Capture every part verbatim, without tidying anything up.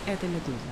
Это «Медуза».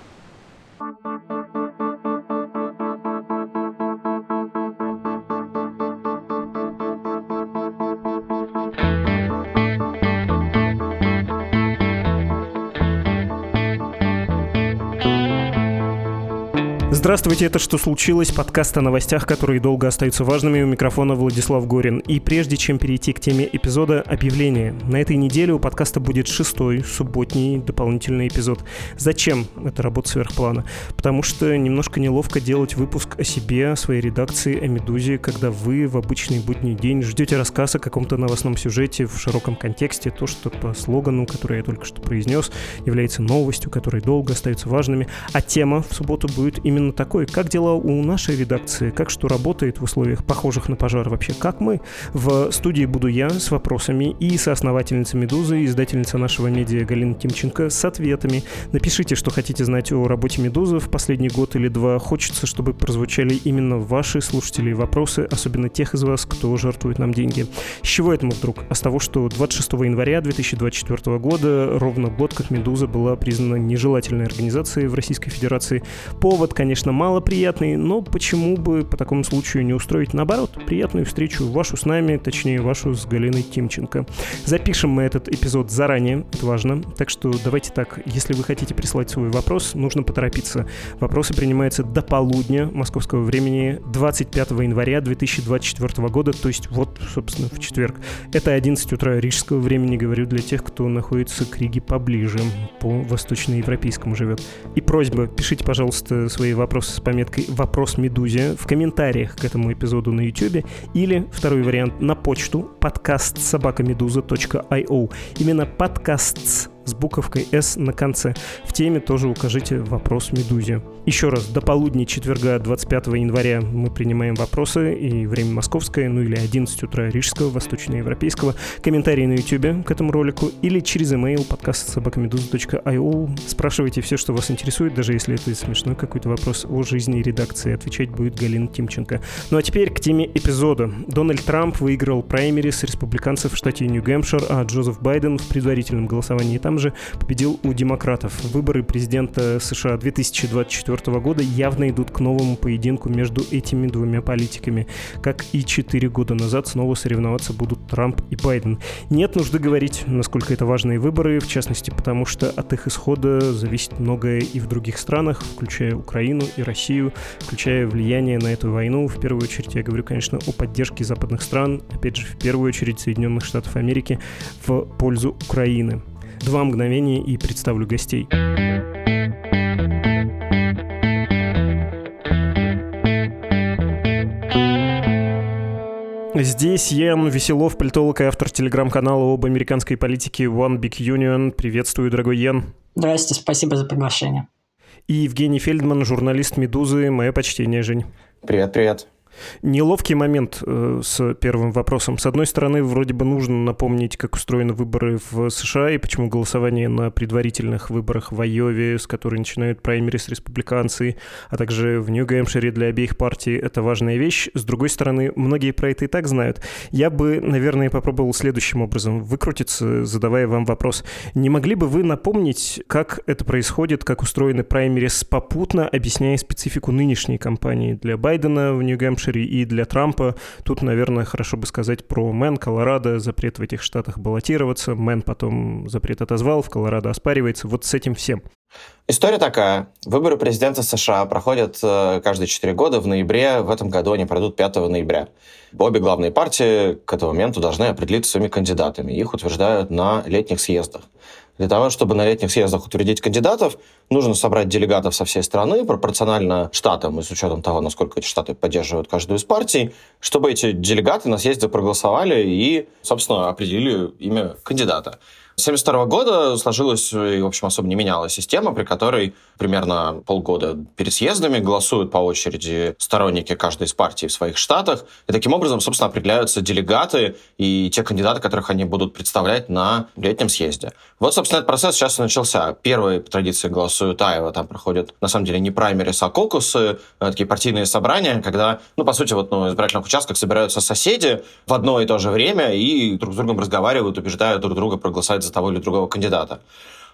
Здравствуйте, это «Что случилось?» Подкаст о новостях, которые долго остаются важными. У микрофона Владислав Горин. И прежде чем перейти к теме эпизода, объявление. На этой неделе у подкаста будет шестой, субботний, дополнительный эпизод. Зачем эта работа сверхплана? Потому что немножко неловко делать выпуск о себе, о своей редакции, о «Медузе», когда вы в обычный будний день ждете рассказ о каком-то новостном сюжете в широком контексте, то, что по слогану, который я только что произнес, является новостью, которые долго остаются важными. А тема в субботу будет именно такой. Как дела у нашей редакции? Как что работает в условиях похожих на пожар вообще? Как мы? В студии буду я с вопросами и соосновательница «Медузы», издательница нашего медиа Галина Тимченко с ответами. Напишите, что хотите знать о работе «Медузы» в последний год или два. Хочется, чтобы прозвучали именно ваши слушатели вопросы, особенно тех из вас, кто жертвует нам деньги. С чего это мы вдруг? А с того, что двадцать шестого января две тысячи двадцать четвёртого года, ровно год как «Медуза» была признана нежелательной организацией в Российской Федерации. Повод, конечно, малоприятный, но почему бы по такому случаю не устроить, наоборот, приятную встречу вашу с нами, точнее, вашу с Галиной Тимченко. Запишем мы этот эпизод заранее, это важно, так что давайте так, если вы хотите прислать свой вопрос, нужно поторопиться. Вопросы принимаются до полудня московского времени двадцать пятого января две тысячи двадцать четвёртого года, то есть вот, собственно, в четверг. Это одиннадцать утра рижского времени, говорю для тех, кто находится к Риге поближе, по восточноевропейскому живет. И просьба, пишите, пожалуйста, свои вопросы с пометкой «Вопрос Медузе» в комментариях к этому эпизоду на YouTube или, второй вариант, на почту подкаст собака медуза точка ай о. Именно подкаст с буковкой «С» на конце. В теме тоже укажите «Вопрос Медузе». Еще раз, до полудня четверга двадцать пятого января мы принимаем вопросы, и время московское, ну или одиннадцать утра рижского, восточноевропейского. Комментарии на YouTube к этому ролику или через email подкаст собака медуза точка ай о. Спрашивайте все, что вас интересует, даже если это смешной какой-то вопрос о жизни редакции. Отвечать будет Галина Тимченко. Ну а теперь к теме эпизода. Дональд Трамп выиграл праймерис республиканцев в штате Нью-Гэмпшир, а Джозеф Байден в предварительном голосовании там же победил у демократов. Выборы президента США две тысячи двадцать четвёртого года явно идут к новому поединку между этими двумя политиками. Как и четыре года назад снова соревноваться будут Трамп и Байден. Нет нужды говорить, насколько это важные выборы, в частности потому, что от их исхода зависит многое и в других странах, включая Украину и Россию, включая влияние на эту войну. В первую очередь я говорю, конечно, о поддержке западных стран, опять же, в первую очередь Соединенных Штатов Америки в пользу Украины. Два мгновения и представлю гостей. Здесь Ян Веселов, политолог и автор телеграм-канала об американской политике One Big Union. Приветствую, дорогой Ян. Здрасте, спасибо за приглашение. И Евгений Фельдман, журналист «Медузы». Мое почтение, Жень. Привет, привет. Неловкий момент э, с первым вопросом. С одной стороны, вроде бы нужно напомнить, как устроены выборы в США и почему голосование на предварительных выборах в Айове, с которой начинают праймерис республиканцы, а также в Нью-Гэмпшире для обеих партий, это важная вещь. С другой стороны, многие про это и так знают. Я бы, наверное, попробовал следующим образом выкрутиться, задавая вам вопрос. Не могли бы вы напомнить, как это происходит, как устроены праймерис, попутно объясняя специфику нынешней кампании для Байдена в Нью-Гэмпшире и для Трампа? Тут, наверное, хорошо бы сказать про Мэн, Колорадо, запрет в этих штатах баллотироваться. Мэн потом запрет отозвал, в Колорадо оспаривается. Вот с этим всем. История такая. Выборы президента США проходят каждые четыре года в ноябре. В этом году они пройдут пятого ноября. Обе главные партии к этому моменту должны определиться своими кандидатами. Их утверждают на летних съездах. Для того, чтобы на летних съездах утвердить кандидатов, нужно собрать делегатов со всей страны, пропорционально штатам, и с учетом того, насколько эти штаты поддерживают каждую из партий, чтобы эти делегаты на съезде проголосовали и, собственно, определили имя кандидата. С тысяча девятьсот семьдесят второго года сложилась и, в общем, особо не менялась система, при которой примерно полгода перед съездами голосуют по очереди сторонники каждой из партий в своих штатах, и таким образом, собственно, определяются делегаты и те кандидаты, которых они будут представлять на летнем съезде. Вот, собственно, этот процесс сейчас и начался. Первые по традиции голосуют Айова, там проходят, на самом деле, не праймерис, а кокусы, такие партийные собрания, когда, ну, по сути, вот, ну, в избирательных участках собираются соседи в одно и то же время и друг с другом разговаривают, убеждают друг друга проголосовать за того или другого кандидата.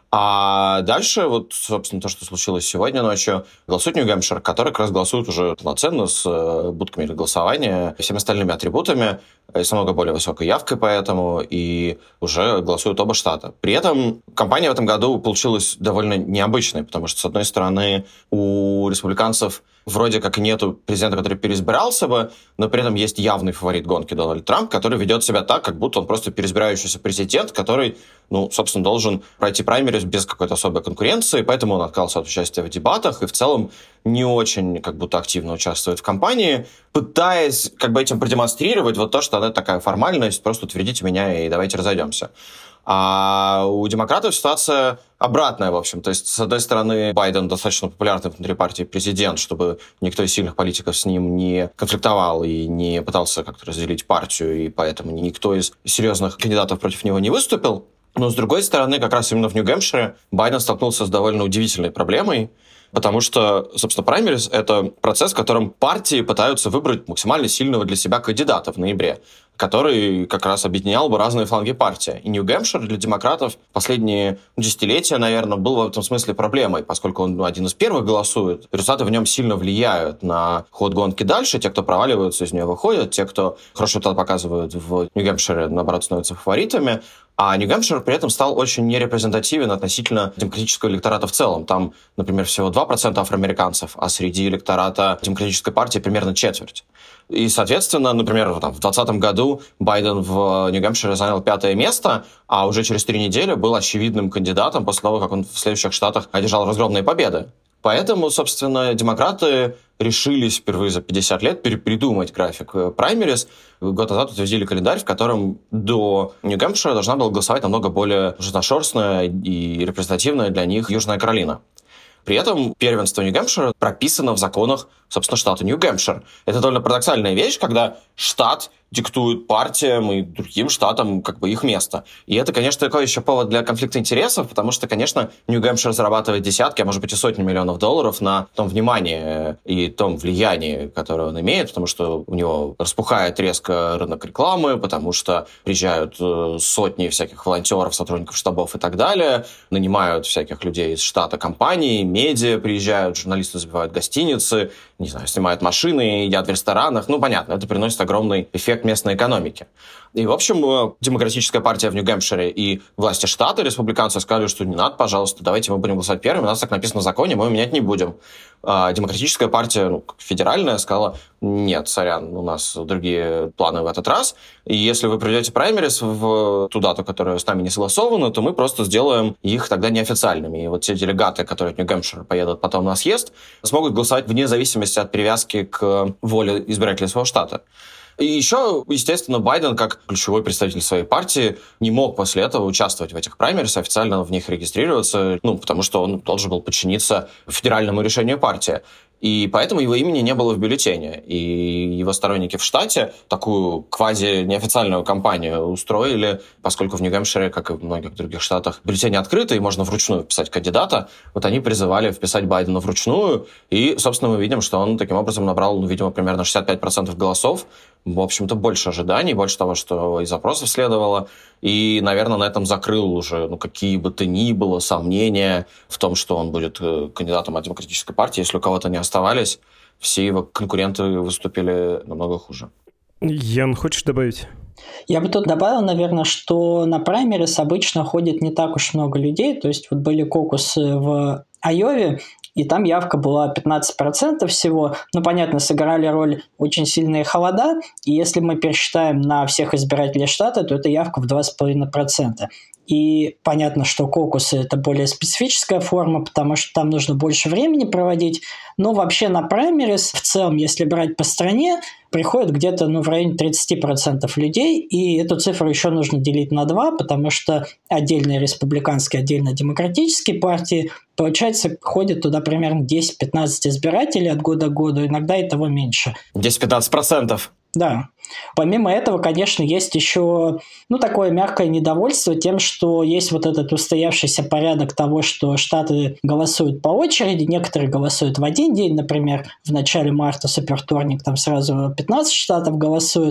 А дальше, вот, собственно, то, что случилось сегодня ночью, голосует Нью-Гэмпшир, который как раз голосует уже полноценно с будками для голосования, всеми остальными атрибутами, с намного более высокой явкой поэтому, и уже голосуют оба штата. При этом кампания в этом году получилась довольно необычной, потому что, с одной стороны, у республиканцев вроде как нету президента, который переизбирался бы, но при этом есть явный фаворит гонки Дональд Трамп, который ведет себя так, как будто он просто переизбирающийся президент, который, ну, собственно, должен пройти праймериз без какой-то особой конкуренции, поэтому он отказался от участия в дебатах и в целом не очень как будто активно участвует в кампании, пытаясь как бы этим продемонстрировать вот то, что это такая формальность, просто утвердите меня и давайте разойдемся. А у демократов ситуация обратная, в общем. То есть, с одной стороны, Байден достаточно популярный внутри партии президент, чтобы никто из сильных политиков с ним не конфликтовал и не пытался как-то разделить партию, и поэтому никто из серьезных кандидатов против него не выступил. Но, с другой стороны, как раз именно в Нью-Гэмпшире Байден столкнулся с довольно удивительной проблемой, потому что, собственно, праймериз — это процесс, в котором партии пытаются выбрать максимально сильного для себя кандидата в ноябре, который как раз объединял бы разные фланги партии. И Нью-Гэмпшир для демократов последние десятилетия, наверное, был в этом смысле проблемой, поскольку он один из первых голосует. Результаты в нем сильно влияют на ход гонки дальше. Те, кто проваливаются, из нее выходят. Те, кто хорошо это показывают в Нью-Гэмпшире, наоборот, становятся фаворитами. А Нью-Гэмпшир при этом стал очень нерепрезентативен относительно демократического электората в целом. Там, например, всего два процента афроамериканцев, а среди электората демократической партии примерно четверть. И, соответственно, например, там, в двадцатом году Байден в Нью-Гэмпшире занял пятое место, а уже через три недели был очевидным кандидатом после того, как он в следующих штатах одержал разгромные победы. Поэтому, собственно, демократы решились впервые за пятьдесят лет перепридумать график праймериз. Год назад утвердили календарь, в котором до Нью-Гэмпшира должна была голосовать намного более разношерстная и репрезентативная для них Южная Каролина. При этом первенство Нью-Гэмпшира прописано в законах, собственно, штата Нью-Гэмпшир. Это довольно парадоксальная вещь, когда штат диктует партиям и другим штатам как бы их место. И это, конечно, такой еще повод для конфликта интересов, потому что, конечно, Нью-Гэмпшир зарабатывает десятки, а может быть и сотни миллионов долларов на том внимании и том влиянии, которое он имеет, потому что у него распухает резко рынок рекламы, потому что приезжают сотни всяких волонтеров, сотрудников штабов и так далее, нанимают всяких людей из штата компаний, медиа приезжают, журналисты забивают гостиницы, не знаю, снимают машины, едят в ресторанах. Ну, понятно, это приносит огромный эффект местной экономики. И, в общем, демократическая партия в Нью-Гэмпшире и власти штата, республиканцы, сказали, что не надо, пожалуйста, давайте мы будем голосовать первыми, у нас так написано в законе, мы менять не будем. А демократическая партия, ну, федеральная, сказала, нет, сорян, у нас другие планы в этот раз, и если вы проведете праймериз в ту дату, которая с нами не согласована, то мы просто сделаем их тогда неофициальными. И вот те делегаты, которые в Нью-Гэмпшир поедут потом на съезд, смогут голосовать вне зависимости от привязки к воле избирателей своего штата. И еще, естественно, Байден, как ключевой представитель своей партии, не мог после этого участвовать в этих праймерис, официально в них регистрироваться, ну, потому что он должен был подчиниться федеральному решению партии. И поэтому его имени не было в бюллетене. И его сторонники в штате такую квази-неофициальную кампанию устроили, поскольку в Нью-Гэмпшире, как и в многих других штатах, бюллетени открыты, и можно вручную вписать кандидата. Вот они призывали вписать Байдена вручную. И, собственно, мы видим, что он таким образом набрал, ну, видимо, примерно шестьдесят пять процентов голосов. В общем-то, больше ожиданий, больше того, что из запросов следовало. И, наверное, на этом закрыл уже, ну, какие бы то ни было сомнения в том, что он будет кандидатом от демократической партии. Если у кого-то не оставались, все его конкуренты выступили намного хуже. Ян, хочешь добавить? Я бы тут добавил, наверное, что на праймерис обычно ходит не так уж много людей. То есть вот были кокусы в Айове, и там явка была пятнадцать процентов всего. Ну, понятно, сыграли роль очень сильные холода, и если мы пересчитаем на всех избирателей штата, то это явка в два с половиной процента. И понятно, что кокусы – это более специфическая форма, потому что там нужно больше времени проводить. Но вообще на праймерис в целом, если брать по стране, приходит где-то ну, в районе тридцать процентов людей, и эту цифру еще нужно делить на два, потому что отдельные республиканские, отдельно демократические партии, получается, ходит туда примерно десять-пятнадцать избирателей от года к году, иногда и того меньше. десять-пятнадцать процентов. Да. Помимо этого, конечно, есть еще ну, такое мягкое недовольство тем, что есть вот этот устоявшийся порядок того, что штаты голосуют по очереди, некоторые голосуют в один день, например, в начале марта, супервторник, там сразу пятнадцать штатов голосуют.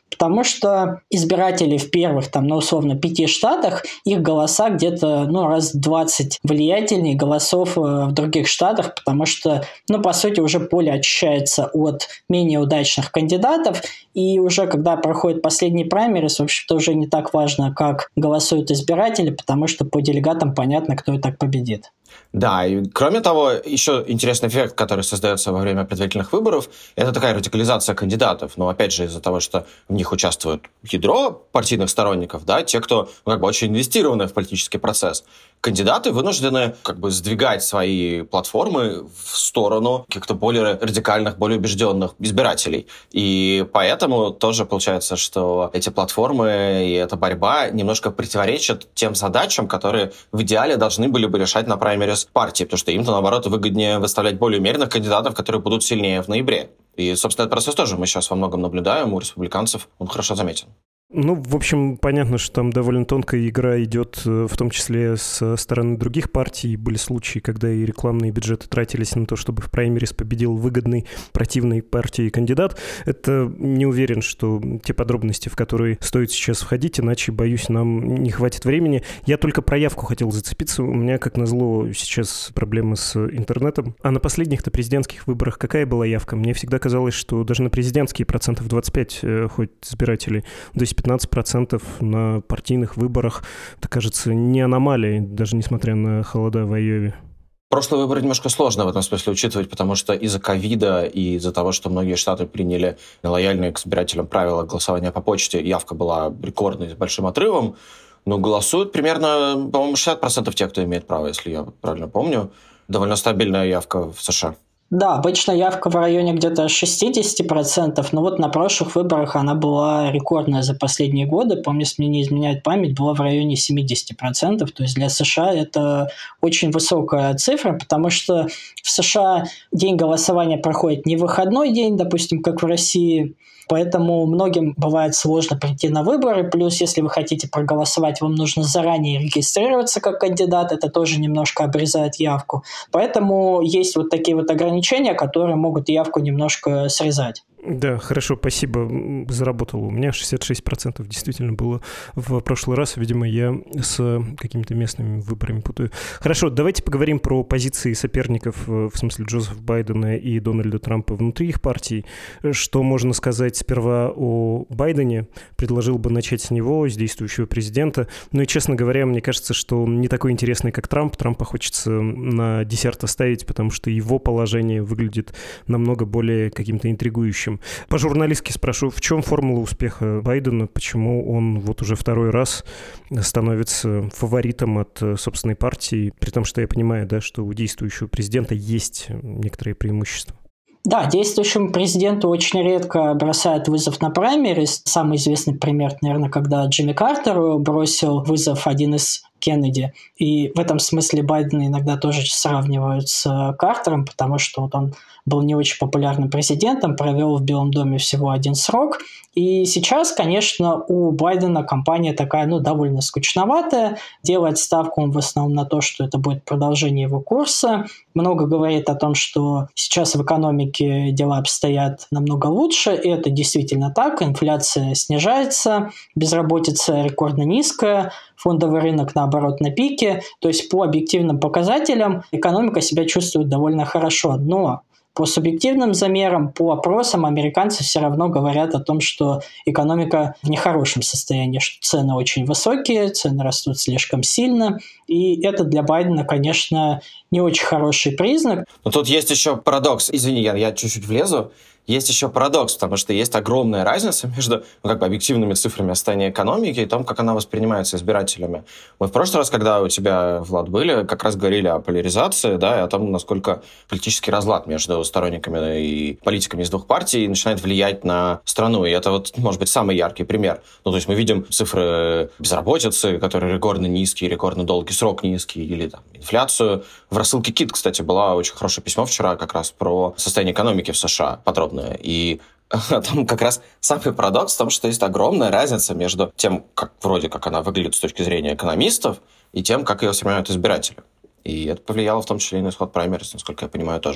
Потому что избиратели в первых, там, ну, условно, пяти штатах, их голоса где-то, ну, раз в двадцать влиятельнее голосов в других штатах, потому что, ну, по сути, уже поле очищается от менее удачных кандидатов, и уже когда проходит последний праймерис, в общем-то, уже не так важно, как голосуют избиратели, потому что по делегатам понятно, кто и так победит. Да, и кроме того, еще интересный эффект, который создается во время предварительных выборов, это такая радикализация кандидатов. Но опять же из-за того, что в них участвует ядро партийных сторонников, да, те, кто ну, как бы очень инвестированы в политический процесс, кандидаты вынуждены как бы сдвигать свои платформы в сторону каких-то более радикальных, более убежденных избирателей. И поэтому тоже получается, что эти платформы и эта борьба немножко противоречат тем задачам, которые в идеале должны были бы решать на праймерис партии, потому что им-то, наоборот, выгоднее выставлять более умеренных кандидатов, которые будут сильнее в ноябре. И, собственно, этот процесс тоже мы сейчас во многом наблюдаем у республиканцев, он хорошо заметен. Ну, в общем, понятно, что там довольно тонкая игра идет, в том числе со стороны других партий. Были случаи, когда и рекламные бюджеты тратились на то, чтобы в праймерис победил выгодный противной партии кандидат. Это не уверен, что те подробности, в которые стоит сейчас входить, иначе, боюсь, нам не хватит времени. Я только про явку хотел зацепиться. У меня, как назло, сейчас проблемы с интернетом. А на последних-то президентских выборах какая была явка? Мне всегда казалось, что даже на президентские процентов двадцать пять ходят избирателей. То есть пятнадцать процентов на партийных выборах, это, кажется, не аномалия, даже несмотря на холода в Айове. Прошлые выборы немножко сложно в этом смысле учитывать, потому что из-за ковида и из-за того, что многие штаты приняли лояльные к избирателям правила голосования по почте, явка была рекордной, с большим отрывом, но голосуют примерно, по-моему, шестьдесят процентов тех, кто имеет право, если я правильно помню. Довольно стабильная явка в США. Да, обычно явка в районе где-то шестьдесят процентов, но вот на прошлых выборах она была рекордная за последние годы. Помню, если мне не изменяет память, была в районе семьдесят процентов. То есть для США это очень высокая цифра, потому что в США день голосования проходит не в выходной день, допустим, как в России, поэтому многим бывает сложно прийти на выборы. Плюс, если вы хотите проголосовать, вам нужно заранее регистрироваться как кандидат. Это тоже немножко обрезает явку. Поэтому есть вот такие вот ограничения, которые могут явку немножко срезать. Да, хорошо, спасибо. Заработало. У меня шестьдесят шесть процентов действительно было в прошлый раз. Видимо, я с какими-то местными выборами путаю. Хорошо, давайте поговорим про позиции соперников, в смысле Джозефа Байдена и Дональда Трампа внутри их партий. Что можно сказать сперва о Байдене? Предложил бы начать с него, с действующего президента. Ну и, честно говоря, мне кажется, что он не такой интересный, как Трамп. Трампа хочется на десерт оставить, потому что его положение выглядит намного более каким-то интригующим. По-журналистски спрошу, в чем формула успеха Байдена? Почему он вот уже второй раз становится фаворитом от собственной партии, при том, что я понимаю, да, что у действующего президента есть некоторые преимущества? Да, действующему президенту очень редко бросают вызов на праймерис. Самый известный пример, наверное, когда Джимми Картеру бросил вызов один из Кеннеди. И в этом смысле Байдена иногда тоже сравнивают с Картером, потому что вот он был не очень популярным президентом, провел в Белом доме всего один срок. И сейчас, конечно, у Байдена кампания такая, ну, довольно скучноватая. Делает ставку он в основном на то, что это будет продолжение его курса. Много говорит о том, что сейчас в экономике дела обстоят намного лучше, и это действительно так. Инфляция снижается, безработица рекордно низкая, фондовый рынок, наоборот, на пике. То есть по объективным показателям экономика себя чувствует довольно хорошо. Но по субъективным замерам, по опросам американцы все равно говорят о том, что экономика в нехорошем состоянии, что цены очень высокие, цены растут слишком сильно. И это для Байдена, конечно, не очень хороший признак. Но тут есть еще парадокс. Извини, Ян, я чуть-чуть влезу. Есть еще парадокс, потому что есть огромная разница между ну, как бы объективными цифрами о состоянии экономики и том, как она воспринимается избирателями. Мы в прошлый раз, когда у тебя, Влад, были, как раз говорили о поляризации, да, и о том, насколько политический разлад между сторонниками и политиками из двух партий начинает влиять на страну. И это вот, может быть, самый яркий пример. Ну, то есть мы видим цифры безработицы, которые рекордно низкие, рекордно долгий срок низкий, или там, инфляцию. В рассылке КИТ, кстати, было очень хорошее письмо вчера как раз про состояние экономики в США, подробно. И там как раз самый парадокс в том, что есть огромная разница между тем, как вроде как она выглядит с точки зрения экономистов, и тем, как ее воспринимают избиратели. И это повлияло в том числе и на исход праймерис, насколько я понимаю, тоже.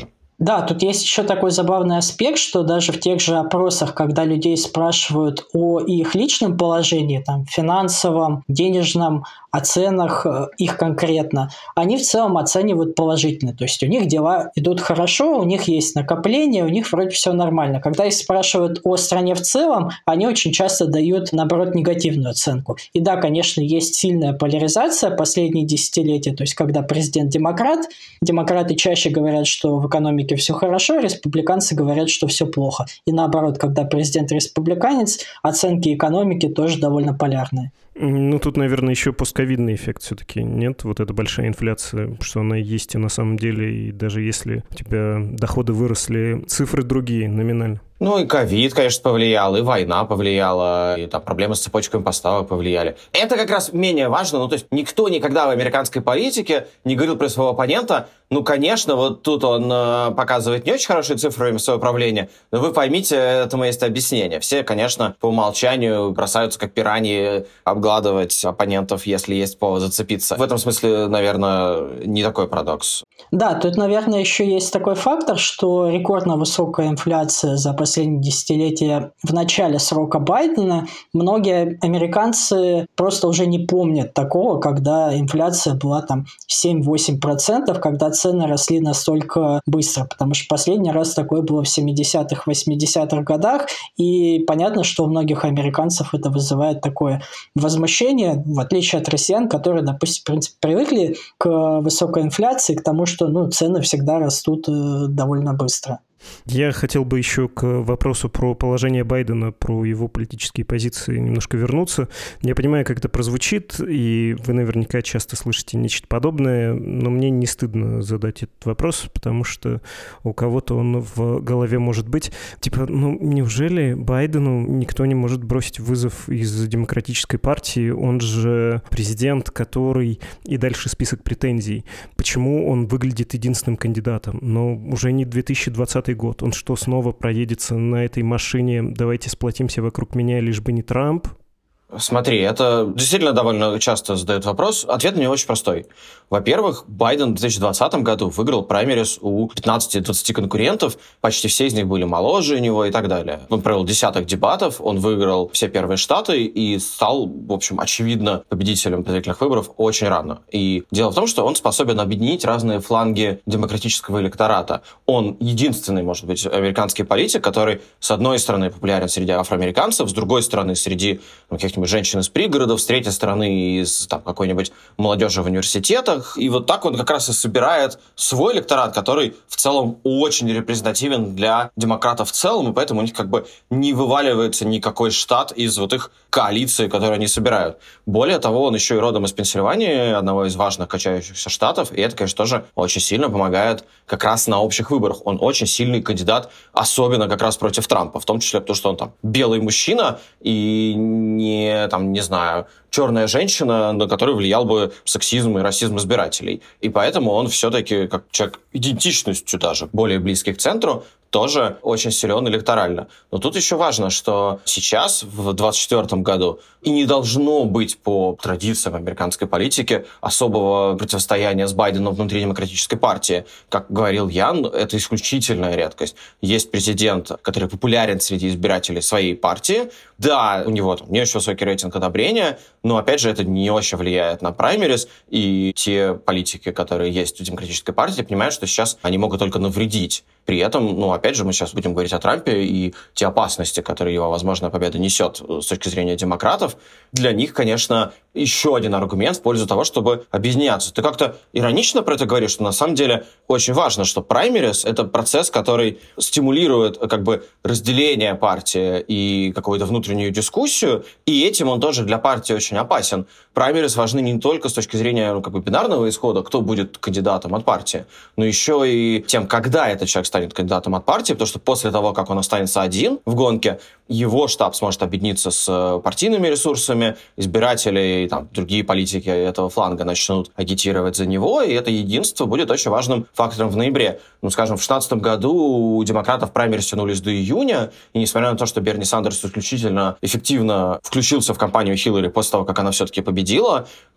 Да, тут есть еще такой забавный аспект, что даже в тех же опросах, когда людей спрашивают о их личном положении, там, финансовом, денежном, о ценах их конкретно, они в целом оценивают положительно. То есть у них дела идут хорошо, у них есть накопление, у них вроде все нормально. Когда их спрашивают о стране в целом, они очень часто дают, наоборот, негативную оценку. И да, конечно, есть сильная поляризация последние десятилетия, то есть когда президент демократ, демократы чаще говорят, что в экономике все хорошо, республиканцы говорят, что все плохо. И наоборот, когда президент республиканец, оценки экономики тоже довольно полярные. Ну, тут, наверное, еще постковидный эффект все-таки нет. Вот эта большая инфляция, что она есть и на самом деле, и даже если у тебя доходы выросли, цифры другие номинально. Ну и ковид, конечно, повлиял, и война повлияла, и там проблемы с цепочками поставок повлияли. Это как раз менее важно. Ну, то есть никто никогда в американской политике не говорил про своего оппонента: ну, конечно, вот тут он э, показывает не очень хорошие цифры своего правления, но вы поймите, этому есть объяснение. Все, конечно, по умолчанию бросаются как пираньи обгладывать оппонентов, если есть повод зацепиться. В этом смысле, наверное, не такой парадокс. Да, тут, наверное, еще есть такой фактор, что рекордно высокая инфляция за последние десятилетия в начале срока Байдена. Многие американцы просто уже не помнят такого, когда инфляция была там семь-восемь процентов, когда цены росли настолько быстро, потому что последний раз такое было в семидесятых, восьмидесятых годах, и понятно, что у многих американцев это вызывает такое возмущение, в отличие от россиян, которые, допустим, в принципе, привыкли к высокой инфляции, к тому, что ну, цены всегда растут э, довольно быстро. Я хотел бы еще к вопросу про положение Байдена, про его политические позиции немножко вернуться. Я понимаю, как это прозвучит, и вы наверняка часто слышите нечто подобное, но мне не стыдно задать этот вопрос, потому что у кого-то он в голове может быть. Типа, ну неужели Байдену никто не может бросить вызов из демократической партии? Он же президент, который... И дальше список претензий. Почему он выглядит единственным кандидатом? Но уже не две тысячи двадцатый год. Он что, снова проедется на этой машине «давайте сплотимся вокруг меня, лишь бы не Трамп»? Смотри, это действительно довольно часто задают вопрос. Ответ на него очень простой. Во-первых, Байден в две тысячи двадцатом году выиграл праймерис у пятнадцати-двадцати конкурентов. Почти все из них были моложе него и так далее. Он провел десяток дебатов, он выиграл все первые штаты и стал, в общем, очевидно, победителем предварительных выборов очень рано. И дело в том, что он способен объединить разные фланги демократического электората. Он единственный, может быть, американский политик, который, с одной стороны, популярен среди афроамериканцев, с другой стороны, среди ну, каких-нибудь женщин из пригородов, с третьей стороны из там, какой-нибудь молодежи в университетах. И вот так он как раз и собирает свой электорат, который в целом очень репрезентативен для демократов в целом, и поэтому у них как бы не вываливается никакой штат из вот их коалиции, которую они собирают. Более того, он еще и родом из Пенсильвании, одного из важных качающихся штатов, и это, конечно, тоже очень сильно помогает как раз на общих выборах. Он очень сильный кандидат, особенно как раз против Трампа, в том числе потому, что он там белый мужчина и не там, не знаю, черная женщина, на которую влиял бы сексизм и расизм избирателей. И поэтому он все-таки, как человек идентичностью даже, более близкий к центру, тоже очень силен электорально. Но тут еще важно, что сейчас, в двадцать четвёртом году, и не должно быть по традициям американской политики особого противостояния с Байденом внутри демократической партии. Как говорил Ян, это исключительная редкость. Есть президент, который популярен среди избирателей своей партии. Да, у него там не очень высокий рейтинг одобрения, но, опять же, это не очень влияет на праймерис, и те политики, которые есть в демократической партии, понимают, что сейчас они могут только навредить. При этом, ну, опять же, мы сейчас будем говорить о Трампе и те опасности, которые его возможная победа несет с точки зрения демократов. Для них, конечно, еще один аргумент в пользу того, чтобы объединяться. Ты как-то иронично про это говоришь, что на самом деле очень важно, что праймерис — это процесс, который стимулирует как бы разделение партии и какую-то внутреннюю дискуссию, и этим он тоже для партии очень опасен. Праймерис важны не только с точки зрения ну, как бы бинарного исхода, кто будет кандидатом от партии, но еще и тем, когда этот человек станет кандидатом от партии, потому что после того, как он останется один в гонке, его штаб сможет объединиться с партийными ресурсами, избиратели и там, другие политики этого фланга начнут агитировать за него, и это единство будет очень важным фактором в ноябре. Ну, скажем, в две тысячи шестнадцатом году у демократов праймерис тянулись до июня, и несмотря на то, что Берни Сандерс исключительно эффективно включился в кампанию Хиллари после того, как она все-таки победила,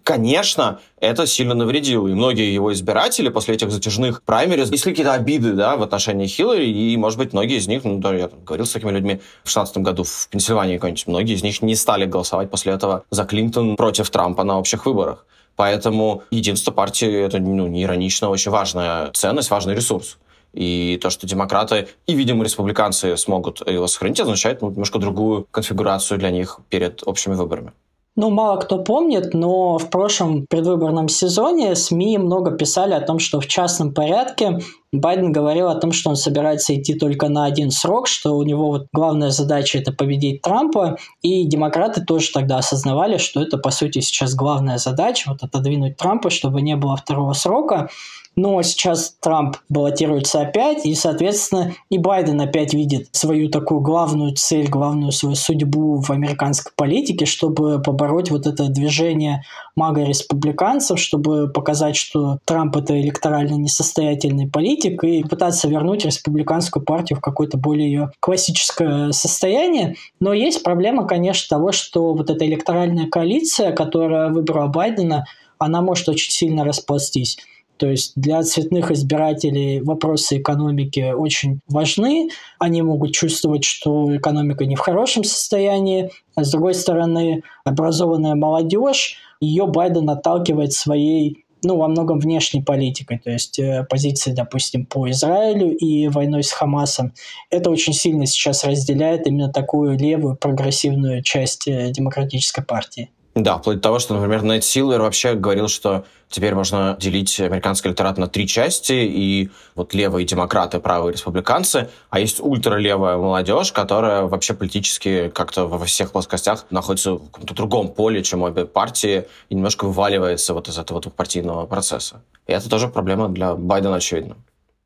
Конечно, это сильно навредило. И многие его избиратели после этих затяжных праймериз несли какие-то обиды, да, в отношении Хиллари. И, может быть, многие из них, ну, да, я там говорил с такими людьми в шестнадцатом году в Пенсильвании какой-нибудь, многие из них не стали голосовать после этого за Клинтон против Трампа на общих выборах. Поэтому единство партии — это, ну, не иронично, очень важная ценность, важный ресурс. И то, что демократы и, видимо, республиканцы смогут его сохранить, означает, ну, немножко другую конфигурацию для них перед общими выборами. Ну, мало кто помнит, но в прошлом предвыборном сезоне СМИ много писали о том, что в частном порядке Байден говорил о том, что он собирается идти только на один срок, что у него вот главная задача – это победить Трампа, и демократы тоже тогда осознавали, что это, по сути, сейчас главная задача – вот отодвинуть Трампа, чтобы не было второго срока. Но сейчас Трамп баллотируется опять, и, соответственно, и Байден опять видит свою такую главную цель, главную свою судьбу в американской политике, чтобы побороть вот это движение мага-республиканцев, чтобы показать, что Трамп – это электорально несостоятельный политик, и пытаться вернуть республиканскую партию в какое-то более ее классическое состояние. Но есть проблема, конечно, того, что вот эта электоральная коалиция, которая выбрала Байдена, она может очень сильно расползтись. То есть для цветных избирателей вопросы экономики очень важны. Они могут чувствовать, что экономика не в хорошем состоянии. А с другой стороны, образованная молодежь, ее Байден отталкивает своей, ну, во многом внешней политикой, то есть э, позиции, допустим, по Израилю и войной с Хамасом. Это очень сильно сейчас разделяет именно такую левую прогрессивную часть э, демократической партии. Да, вплоть до того, что, например, Нед Силвер вообще говорил, что теперь можно делить американский электорат на три части, и вот левые демократы, правые республиканцы, а есть ультралевая молодежь, которая вообще политически как-то во всех плоскостях находится в каком-то другом поле, чем обе партии, и немножко вываливается вот из этого партийного процесса. И это тоже проблема для Байдена, очевидно.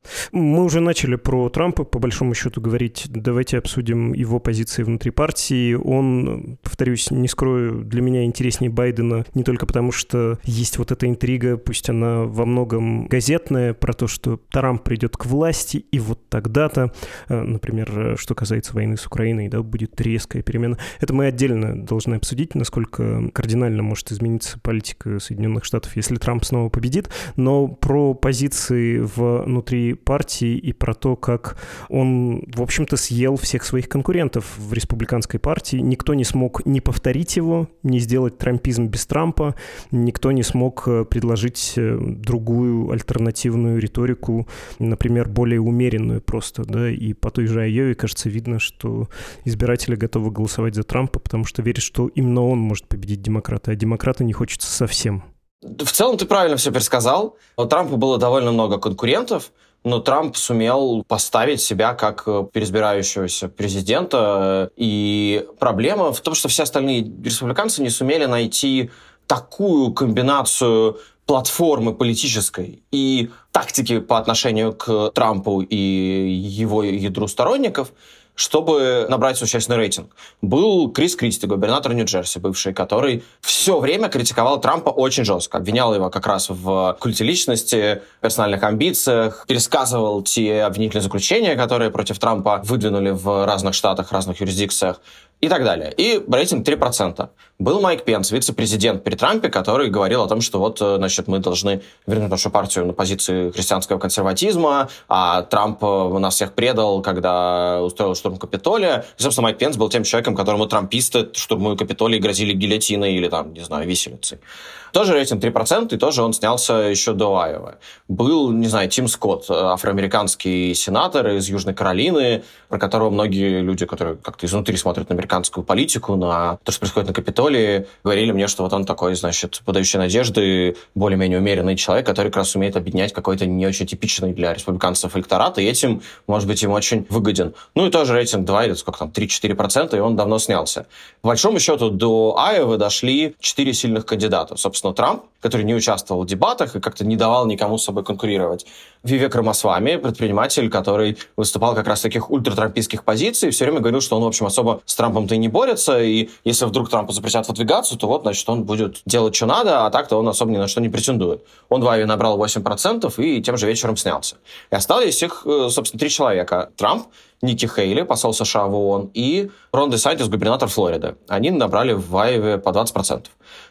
Мы уже начали про Трампа, по большому счету, говорить. Давайте обсудим его позиции внутри партии. Он, повторюсь, не скрою, для меня интереснее Байдена не только потому, что есть вот эта интрига, пусть она во многом газетная, про то, что Трамп придет к власти, и вот тогда-то, например, что касается войны с Украиной, да, будет резкая перемена. Это мы отдельно должны обсудить, насколько кардинально может измениться политика Соединенных Штатов, если Трамп снова победит. Но про позиции внутри партии и про то, как он, в общем-то, съел всех своих конкурентов в республиканской партии. Никто не смог не повторить его, не сделать трампизм без Трампа. Никто не смог предложить другую альтернативную риторику, например, более умеренную просто, да, и по той же Айове, кажется, видно, что избиратели готовы голосовать за Трампа, потому что верят, что именно он может победить демократа, а демократа не хочется совсем. В целом ты правильно все пересказал. У Трампа было довольно много конкурентов, но Трамп сумел поставить себя как переизбирающегося президента. И проблема в том, что все остальные республиканцы не сумели найти такую комбинацию платформы политической и тактики по отношению к Трампу и его ядру сторонников, чтобы набрать существенный рейтинг. Был Крис Кристи, губернатор Нью-Джерси, бывший, который все время критиковал Трампа очень жестко, обвинял его как раз в культе личности, персональных амбициях, пересказывал те обвинительные заключения, которые против Трампа выдвинули в разных штатах, разных юрисдикциях и так далее. И рейтинг три процента. Был Майк Пенс, вице-президент при Трампе, который говорил о том, что вот, значит, мы должны вернуть нашу партию на позиции христианского консерватизма, а Трамп нас всех предал, когда устроил штурм Капитолия. И, собственно, Майк Пенс был тем человеком, которому трамписты штурмуя Капитолий грозили гильотиной или, там, не знаю, виселицей. Тоже рейтинг три процента, и тоже он снялся еще до Айовы. Был, не знаю, Тим Скотт, афроамериканский сенатор из Южной Каролины, про которого многие люди, которые как-то изнутри смотрят на американскую политику, на то, что происходит на Капитолии, говорили мне, что вот он такой, значит, подающий надежды, более-менее умеренный человек, который как раз умеет объединять какой-то не очень типичный для республиканцев электорат, и этим, может быть, им очень выгоден. Ну и тоже рейтинг два, или сколько там, три-четыре процента, и он давно снялся. По большому счету до Айовы дошли четыре сильных кандидата. Собственно, Трамп, который не участвовал в дебатах и как-то не давал никому с собой конкурировать. Вивек Рамасвами, предприниматель, который выступал как раз в таких ультратрампийских позиций, все время говорил, что он, в общем, особо с Трампом-то и не борется, и если вдруг Трампу запретят выдвигаться, то вот, значит, он будет делать, что надо, а так-то он особо ни на что не претендует. Он в Айове набрал восемь процентов и тем же вечером снялся. И осталось их, собственно, три человека. Трамп, Ники Хейли, посол США в ООН, и Рон Де Сантис, губернатор Флориды. Они набрали в Айове по двадцать процентов.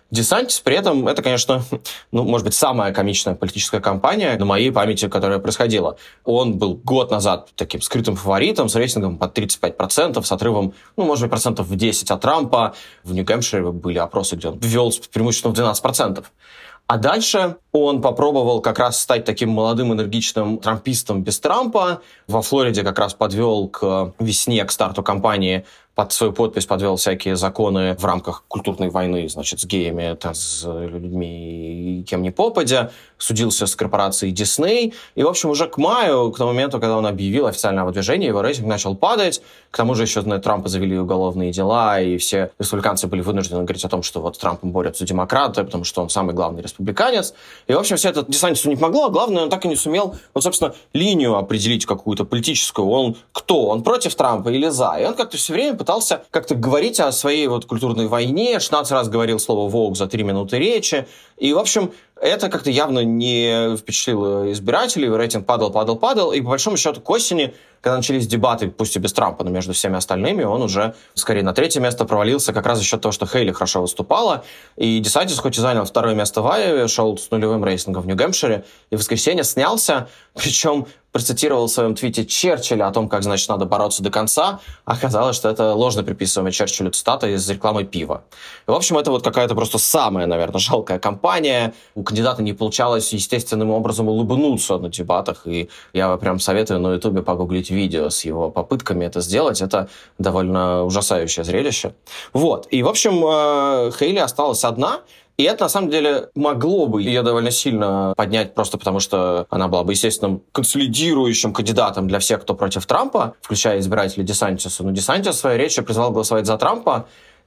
Десантис при этом, это, конечно, ну, может быть, самая комичная политическая кампания на моей памяти, которая происходила. Он был год назад таким скрытым фаворитом с рейтингом под тридцать пять процентов, с отрывом, ну, может быть, процентов в десять от Трампа. В Нью-Гэмпшире были опросы, где он ввел преимущественно в двенадцать процентов. А дальше он попробовал как раз стать таким молодым энергичным трампистом без Трампа. Во Флориде как раз подвел к весне, к старту кампании, под свою подпись подвел всякие законы в рамках культурной войны, значит, с геями, с людьми, кем ни попадя, судился с корпорацией Disney. И, в общем, уже к маю, к тому моменту, когда он объявил официальное выдвижение, его рейтинг начал падать. К тому же еще на Трампа завели уголовные дела, и все республиканцы были вынуждены говорить о том, что вот с Трампом борются демократы, потому что он самый главный республиканец. И, в общем, все это Десантису не помогло, а главное, он так и не сумел, вот, собственно, линию определить какую-то политическую. Он кто? Он против Трампа или за? И он как-то все время пытался как-то говорить о своей вот культурной войне, шестнадцать раз говорил слово «воук» за три минуты речи. И, в общем, это как-то явно не впечатлило избирателей, рейтинг падал, падал, падал, и по большому счету к осени, когда начались дебаты, пусть и без Трампа, но между всеми остальными, он уже скорее на третье место провалился как раз за счет того, что Хейли хорошо выступала, и Десантис хоть и занял второе место в Айове, шел с нулевым рейтингом в Нью-Гэмпшире, и в воскресенье снялся, причем процитировал в своем твите Черчилля о том, как, значит, надо бороться до конца. Оказалось, что это ложно приписываемая Черчиллю цитата из рекламы пива. И, в общем, это вот какая-то просто самая, наверное, жалкая кампания. У кандидата не получалось естественным образом улыбнуться на дебатах, и я прям советую на Ютубе погуглить видео с его попытками это сделать. Это довольно ужасающее зрелище. Вот. И, в общем, Хейли осталась одна. И это, на самом деле, могло бы ее довольно сильно поднять, просто потому что она была бы естественным консолидирующим кандидатом для всех, кто против Трампа, включая избирателей Десантиса. Но Десантис в своей речи призвал голосовать за Трампа,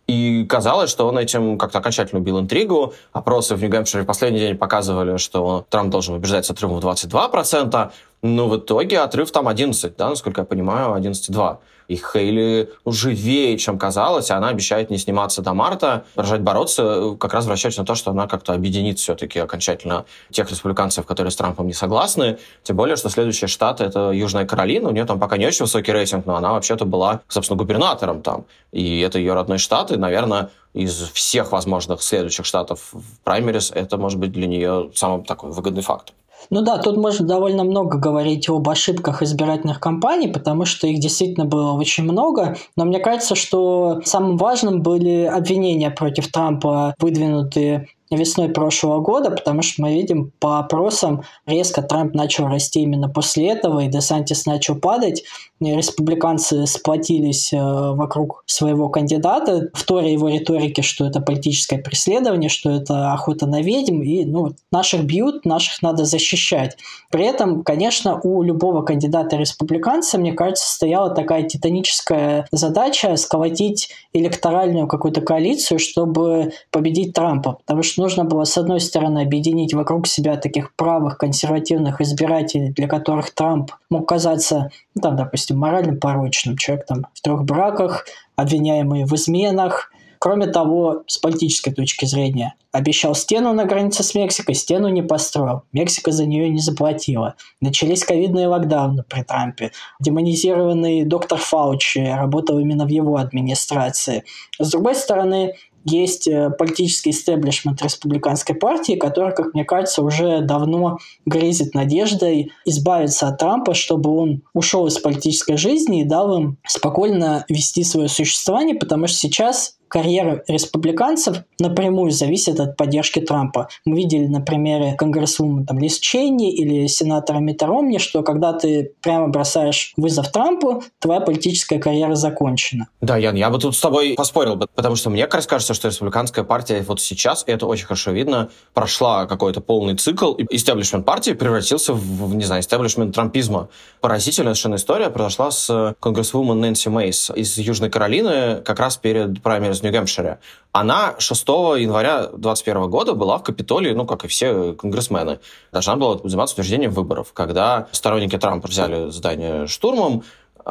и казалось, что он этим как-то окончательно убил интригу. Опросы в Нью-Гэмпшире в последний день показывали, что Трамп должен побеждать с отрывом в двадцать два процента, но в итоге отрыв там одиннадцать, да, насколько я понимаю, одиннадцать целых два. И Хейли живее, чем казалось, она обещает не сниматься до марта, продолжать бороться, как раз вращаясь на то, что она как-то объединит все-таки окончательно тех республиканцев, которые с Трампом не согласны. Тем более, что следующий штат — это Южная Каролина. У нее там пока не очень высокий рейтинг, но она вообще-то была, собственно, губернатором там. И это ее родной штат, и, наверное, из всех возможных следующих штатов в праймерис это может быть для нее самый такой выгодный фактор. Ну да, тут можно довольно много говорить об ошибках избирательных кампаний, потому что их действительно было очень много. Но мне кажется, что самым важным были обвинения против Трампа, выдвинутые весной прошлого года, потому что мы видим по опросам, резко Трамп начал расти именно после этого, и Десантис начал падать. И республиканцы сплотились вокруг своего кандидата, вторя его риторике, что это политическое преследование, что это охота на ведьм, и ну, наших бьют, наших надо защищать. При этом, конечно, у любого кандидата-республиканца, мне кажется, стояла такая титаническая задача сколотить электоральную какую-то коалицию, чтобы победить Трампа, потому что нужно было, с одной стороны, объединить вокруг себя таких правых консервативных избирателей, для которых Трамп мог казаться, ну, там, допустим, морально порочным. Человек там в трех браках, обвиняемый в изменах. Кроме того, с политической точки зрения, обещал стену на границе с Мексикой, стену не построил. Мексика за нее не заплатила. Начались ковидные локдауны при Трампе. Демонизированный доктор Фаучи работал именно в его администрации. С другой стороны, есть политический истеблишмент республиканской партии, который, как мне кажется, уже давно грезит надеждой избавиться от Трампа, чтобы он ушел из политической жизни и дал им спокойно вести свое существование, потому что сейчас карьера республиканцев напрямую зависит от поддержки Трампа. Мы видели на примере конгрессвумен там, Лиз Чейни или сенатора Митта Ромни, что когда ты прямо бросаешь вызов Трампу, твоя политическая карьера закончена. Да, Ян, я бы тут с тобой поспорил, потому что мне кажется, что республиканская партия вот сейчас, и это очень хорошо видно, прошла какой-то полный цикл, и истеблишмент партии превратился в, не знаю, истеблишмент трампизма. Поразительная совершенно история произошла с конгрессвумен Нэнси Мейс из Южной Каролины как раз перед праймерис в Нью-Гэмпшире. Она шестого января двадцать первого года была в Капитолии, ну, как и все конгрессмены. Должна была заниматься утверждением выборов. Когда сторонники Трампа взяли здание штурмом,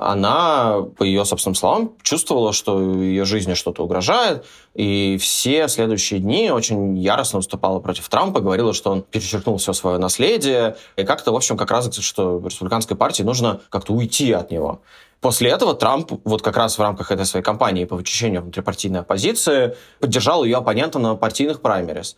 она, по ее собственным словам, чувствовала, что ее жизни что-то угрожает, и все следующие дни очень яростно выступала против Трампа, говорила, что он перечеркнул все свое наследие, и как-то, в общем, как раз, что республиканской партии нужно как-то уйти от него. После этого Трамп вот как раз в рамках этой своей кампании по вычищению внутрипартийной оппозиции поддержал ее оппонента на партийных праймерис.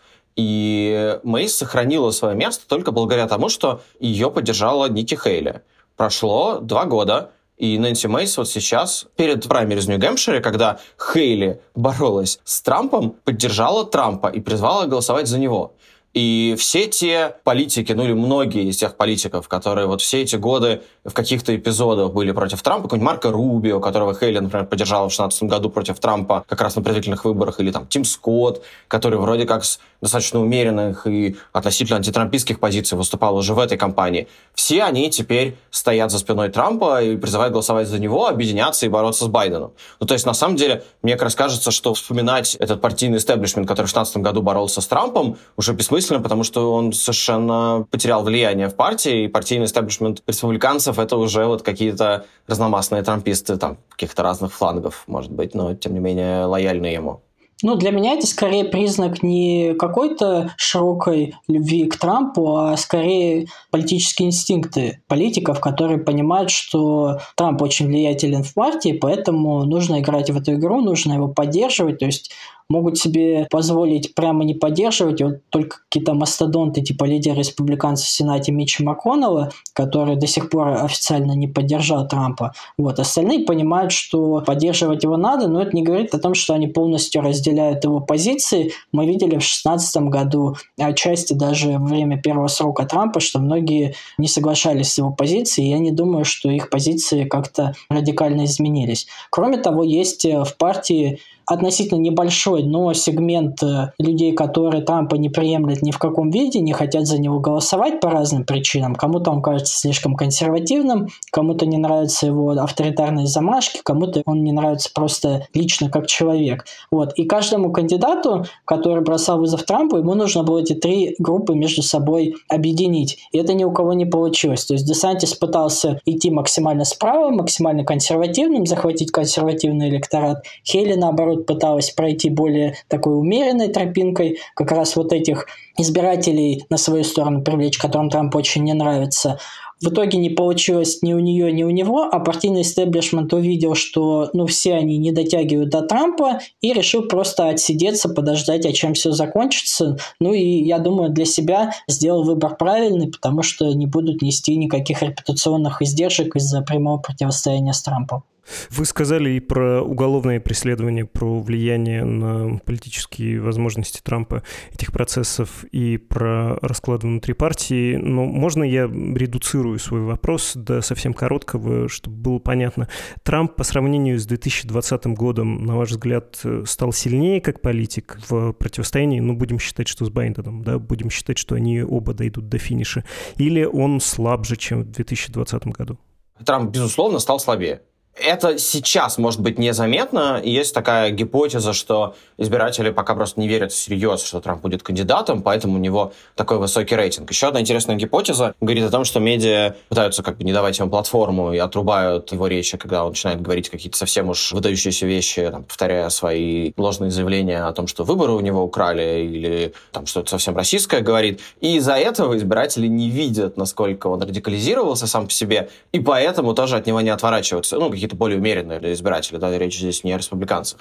И Мейс сохранила свое место только благодаря тому, что ее поддержала Ники Хейли. Прошло два года, и Нэнси Мейс вот сейчас, перед праймериз в Нью-Гэмпшире, когда Хейли боролась с Трампом, поддержала Трампа и призвала голосовать за него. И все те политики, ну или многие из тех политиков, которые вот все эти годы в каких-то эпизодах были против Трампа, какой-нибудь Марко Рубио, которого Хейли, например, поддержала в шестнадцатом году против Трампа как раз на предварительных выборах, или там Тим Скотт, который вроде как с достаточно умеренных и относительно антитрампистских позиций выступал уже в этой кампании. Все они теперь стоят за спиной Трампа и призывают голосовать за него, объединяться и бороться с Байденом. Ну, то есть, на самом деле, мне как раз кажется, что вспоминать этот партийный истеблишмент, который в шестнадцатом году боролся с Трампом, уже бессмысленно, потому что он совершенно потерял влияние в партии, и партийный истеблишмент республиканцев — это уже вот какие-то разномастные трамписты, там, каких-то разных флангов, может быть, но, тем не менее, лояльны ему. Ну, для меня это скорее признак не какой-то широкой любви к Трампу, а скорее политические инстинкты политиков, которые понимают, что Трамп очень влиятелен в партии, поэтому нужно играть в эту игру, нужно его поддерживать, то есть могут себе позволить прямо не поддерживать вот только какие-то мастодонты типа лидера республиканцев в Сенате Митча МакКоннелла, который до сих пор официально не поддержал Трампа. Вот. Остальные понимают, что поддерживать его надо, но это не говорит о том, что они полностью разделяют его позиции. Мы видели в шестнадцатом году, отчасти даже во время первого срока Трампа, что многие не соглашались с его позицией, и я не думаю, что их позиции как-то радикально изменились. Кроме того, есть в партии относительно небольшой, но сегмент людей, которые Трампа не приемлят ни в каком виде, не хотят за него голосовать по разным причинам. Кому-то он кажется слишком консервативным, кому-то не нравятся его авторитарные замашки, кому-то он не нравится просто лично как человек. Вот. И каждому кандидату, который бросал вызов Трампу, ему нужно было эти три группы между собой объединить. И это ни у кого не получилось. То есть Десантис пытался идти максимально справа, максимально консервативным, захватить консервативный электорат. Хейли, наоборот, пыталась пройти более такой умеренной тропинкой, как раз вот этих избирателей на свою сторону привлечь, которым Трамп очень не нравится. В итоге не получилось ни у нее, ни у него, а партийный истеблишмент увидел, что ну, все они не дотягивают до Трампа, и решил просто отсидеться, подождать, а чем все закончится. Ну и, я думаю, для себя сделал выбор правильный, потому что не будут нести никаких репутационных издержек из-за прямого противостояния с Трампом. Вы сказали и про уголовное преследование, про влияние на политические возможности Трампа этих процессов и про расклад внутри партии, но можно я редуцирую свой вопрос до совсем короткого, чтобы было понятно. Трамп по сравнению с две тысячи двадцатым годом, на ваш взгляд, стал сильнее как политик в противостоянии, ну, будем считать, что с Байденом, да, будем считать, что они оба дойдут до финиша, или он слабже, чем в две тысячи двадцатом году? Трамп, безусловно, стал слабее. Это сейчас может быть незаметно, и есть такая гипотеза, что избиратели пока просто не верят всерьез, что Трамп будет кандидатом, поэтому у него такой высокий рейтинг. Еще одна интересная гипотеза говорит о том, что медиа пытаются как бы не давать ему платформу и отрубают его речи, когда он начинает говорить какие-то совсем уж выдающиеся вещи, там, повторяя свои ложные заявления о том, что выборы у него украли, или там что-то совсем российское говорит. И из-за этого избиратели не видят, насколько он радикализировался сам по себе, и поэтому тоже от него не отворачиваются. Ну, какие-то более умеренные избиратели, да, речь здесь не о республиканцах.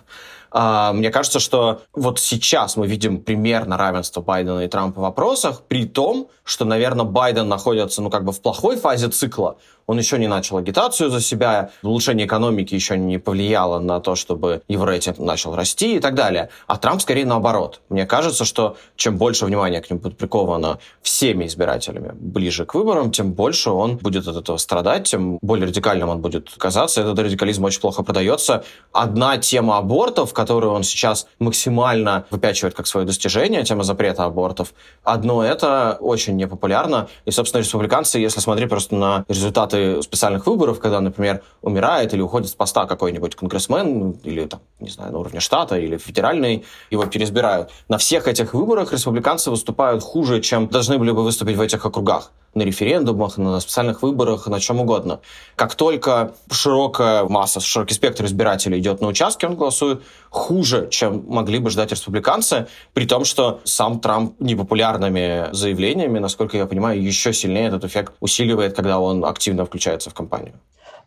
А, мне кажется, что вот сейчас мы видим примерно равенство Байдена и Трампа в вопросах, при том, что, наверное, Байден находится, ну, как бы в плохой фазе цикла. Он еще не начал агитацию за себя, улучшение экономики еще не повлияло на то, чтобы его рейтинг начал расти и так далее. А Трамп скорее наоборот. Мне кажется, что чем больше внимания к нему будет приковано всеми избирателями ближе к выборам, тем больше он будет от этого страдать, тем более радикальным он будет казаться. Этот радикализм очень плохо продается. Одна тема абортов, которую он сейчас максимально выпячивает как свое достижение, тема запрета абортов, одно это очень непопулярно. И, собственно, республиканцы, если смотреть просто на результаты специальных выборов, когда, например, умирает или уходит с поста какой-нибудь конгрессмен, или, там, не знаю, на уровне штата, или федеральный, его переизбирают. На всех этих выборах республиканцы выступают хуже, чем должны были бы выступить в этих округах. На референдумах, на специальных выборах, на чем угодно. Как только широкая масса, широкий спектр избирателей идет на участки, он голосует хуже, чем могли бы ждать республиканцы, при том, что сам Трамп непопулярными заявлениями, насколько я понимаю, еще сильнее этот эффект усиливает, когда он активно включается в кампанию.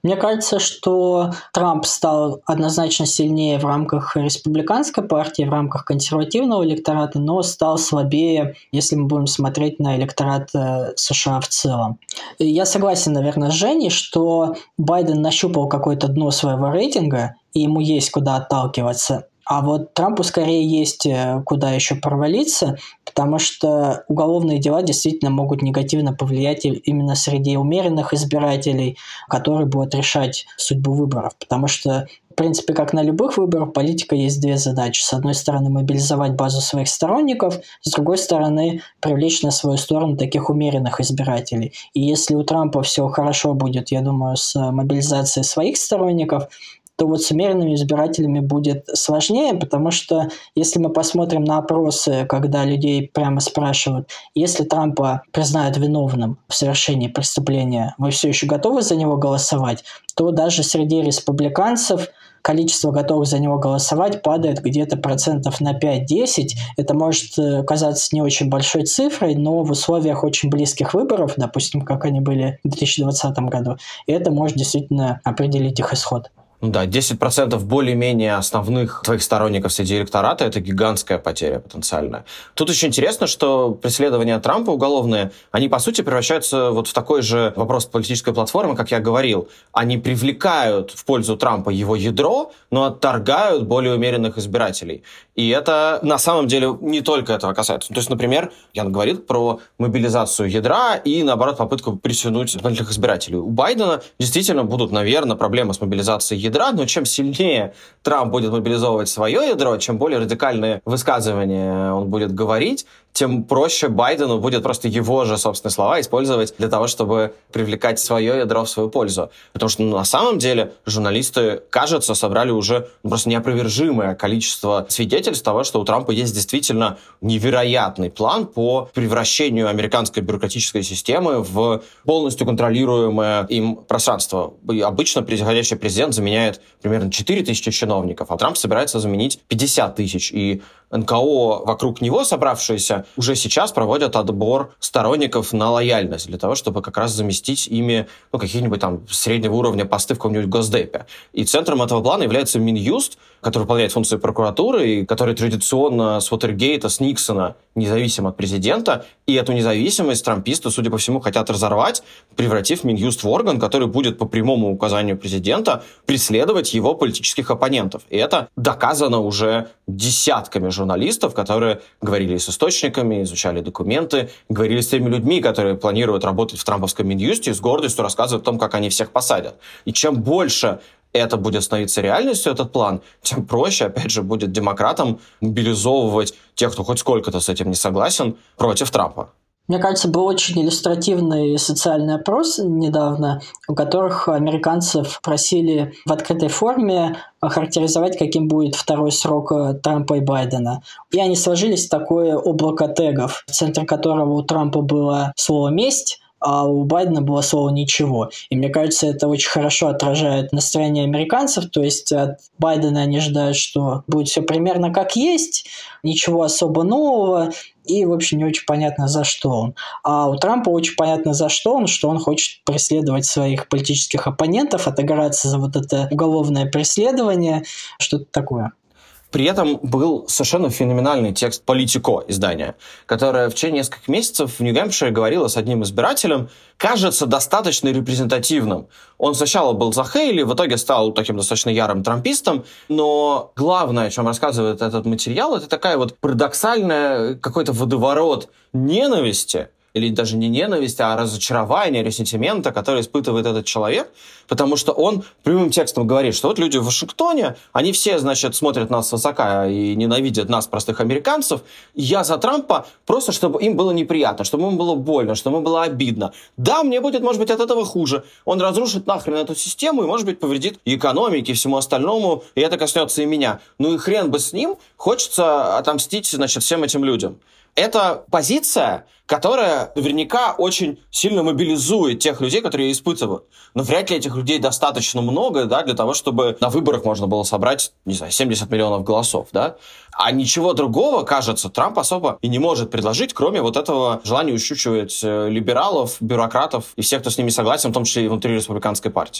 Мне кажется, что Трамп стал однозначно сильнее в рамках республиканской партии, в рамках консервативного электората, но стал слабее, если мы будем смотреть на электорат США в целом. И я согласен, наверное, с Женей, что Байден нащупал какое-то дно своего рейтинга, и ему есть куда отталкиваться. А вот Трампу скорее есть куда еще провалиться, потому что уголовные дела действительно могут негативно повлиять именно среди умеренных избирателей, которые будут решать судьбу выборов. Потому что, в принципе, как на любых выборах, политика есть две задачи. С одной стороны, мобилизовать базу своих сторонников, с другой стороны, привлечь на свою сторону таких умеренных избирателей. И если у Трампа все хорошо будет, я думаю, с мобилизацией своих сторонников, то вот с умеренными избирателями будет сложнее, потому что если мы посмотрим на опросы, когда людей прямо спрашивают, если Трампа признают виновным в совершении преступления, вы все еще готовы за него голосовать, то даже среди республиканцев количество готовых за него голосовать падает где-то процентов на пять-десять. Это может казаться не очень большой цифрой, но в условиях очень близких выборов, допустим, как они были в две тысячи двадцатом году, это может действительно определить их исход. Ну да, десять процентов более-менее основных твоих сторонников среди электората – это гигантская потеря потенциальная. Тут очень интересно, что преследования Трампа уголовные, они, по сути, превращаются вот в такой же вопрос политической платформы, как я говорил. Они привлекают в пользу Трампа его ядро, но отторгают более умеренных избирателей. И это на самом деле не только этого касается. То есть, например, я говорил про мобилизацию ядра и, наоборот, попытку притянуть дополнительных избирателей. У Байдена действительно будут, наверное, проблемы с мобилизацией ядра, но чем сильнее Трамп будет мобилизовывать свое ядро, чем более радикальные высказывания он будет говорить, тем проще Байдену будет просто его же собственные слова использовать для того, чтобы привлекать свое ядро в свою пользу. Потому что ну, на самом деле журналисты, кажется, собрали уже ну, просто неопровержимое количество свидетельств того, что у Трампа есть действительно невероятный план по превращению американской бюрократической системы в полностью контролируемое им пространство. И обычно приходящий президент заменяет примерно четыре тысячи чиновников, а Трамп собирается заменить пятьдесят тысяч. И эн ка о вокруг него собравшиеся уже сейчас проводят отбор сторонников на лояльность для того, чтобы как раз заместить ими ну, какие-нибудь там среднего уровня посты в каком-нибудь госдепе. И центром этого плана является Минюст, который выполняет функции прокуратуры и который традиционно с Уотергейта, с Никсона независим от президента. И эту независимость трамписты, судя по всему, хотят разорвать, превратив Минюст в орган, который будет по прямому указанию президента преследовать его политических оппонентов. И это доказано уже десятками журналистов, которые говорили с источниками, изучали документы, говорили с теми людьми, которые планируют работать в трамповском Минюсте, и с гордостью рассказывают о том, как они всех посадят. И чем больше это будет становиться реальностью, этот план, тем проще, опять же, будет демократам мобилизовывать тех, кто хоть сколько-то с этим не согласен, против Трампа. Мне кажется, был очень иллюстративный социальный опрос недавно, у которых американцев просили в открытой форме охарактеризовать, каким будет второй срок Трампа и Байдена. И они сложились в такое облако тегов, в центре которого у Трампа было слово «месть», а у Байдена было слово «ничего». И мне кажется, это очень хорошо отражает настроение американцев. То есть от Байдена они ожидают, что будет все примерно как есть, ничего особо нового, и, в общем, не очень понятно, за что он. А у Трампа очень понятно, за что он, что он хочет преследовать своих политических оппонентов, отыграться за вот это уголовное преследование, что-то такое. При этом был совершенно феноменальный текст «Политико» издания, которое в течение нескольких месяцев в Нью-Гэмпшире говорило с одним избирателем, кажется достаточно репрезентативным. Он сначала был за Хейли, в итоге стал таким достаточно ярым трампистом, но главное, о чем рассказывает этот материал, это такая вот парадоксальная какой-то водоворот ненависти, или даже не ненависть, а разочарование, ресентимента, который испытывает этот человек, потому что он прямым текстом говорит, что вот люди в Вашингтоне, они все, значит, смотрят нас свысока и ненавидят нас, простых американцев. Я за Трампа просто, чтобы им было неприятно, чтобы им было больно, чтобы им было обидно. Да, мне будет, может быть, от этого хуже. Он разрушит нахрен эту систему и, может быть, повредит и экономике, и всему остальному, и это коснется и меня. Ну и хрен бы с ним, хочется отомстить, значит, всем этим людям. Это позиция, которая наверняка очень сильно мобилизует тех людей, которые ее испытывают. Но вряд ли этих людей достаточно много, да, для того, чтобы на выборах можно было собрать, не знаю, семьдесят миллионов голосов, да. А ничего другого, кажется, Трамп особо и не может предложить, кроме вот этого желания ущучивать либералов, бюрократов и всех, кто с ними согласен, в том числе и внутри республиканской партии.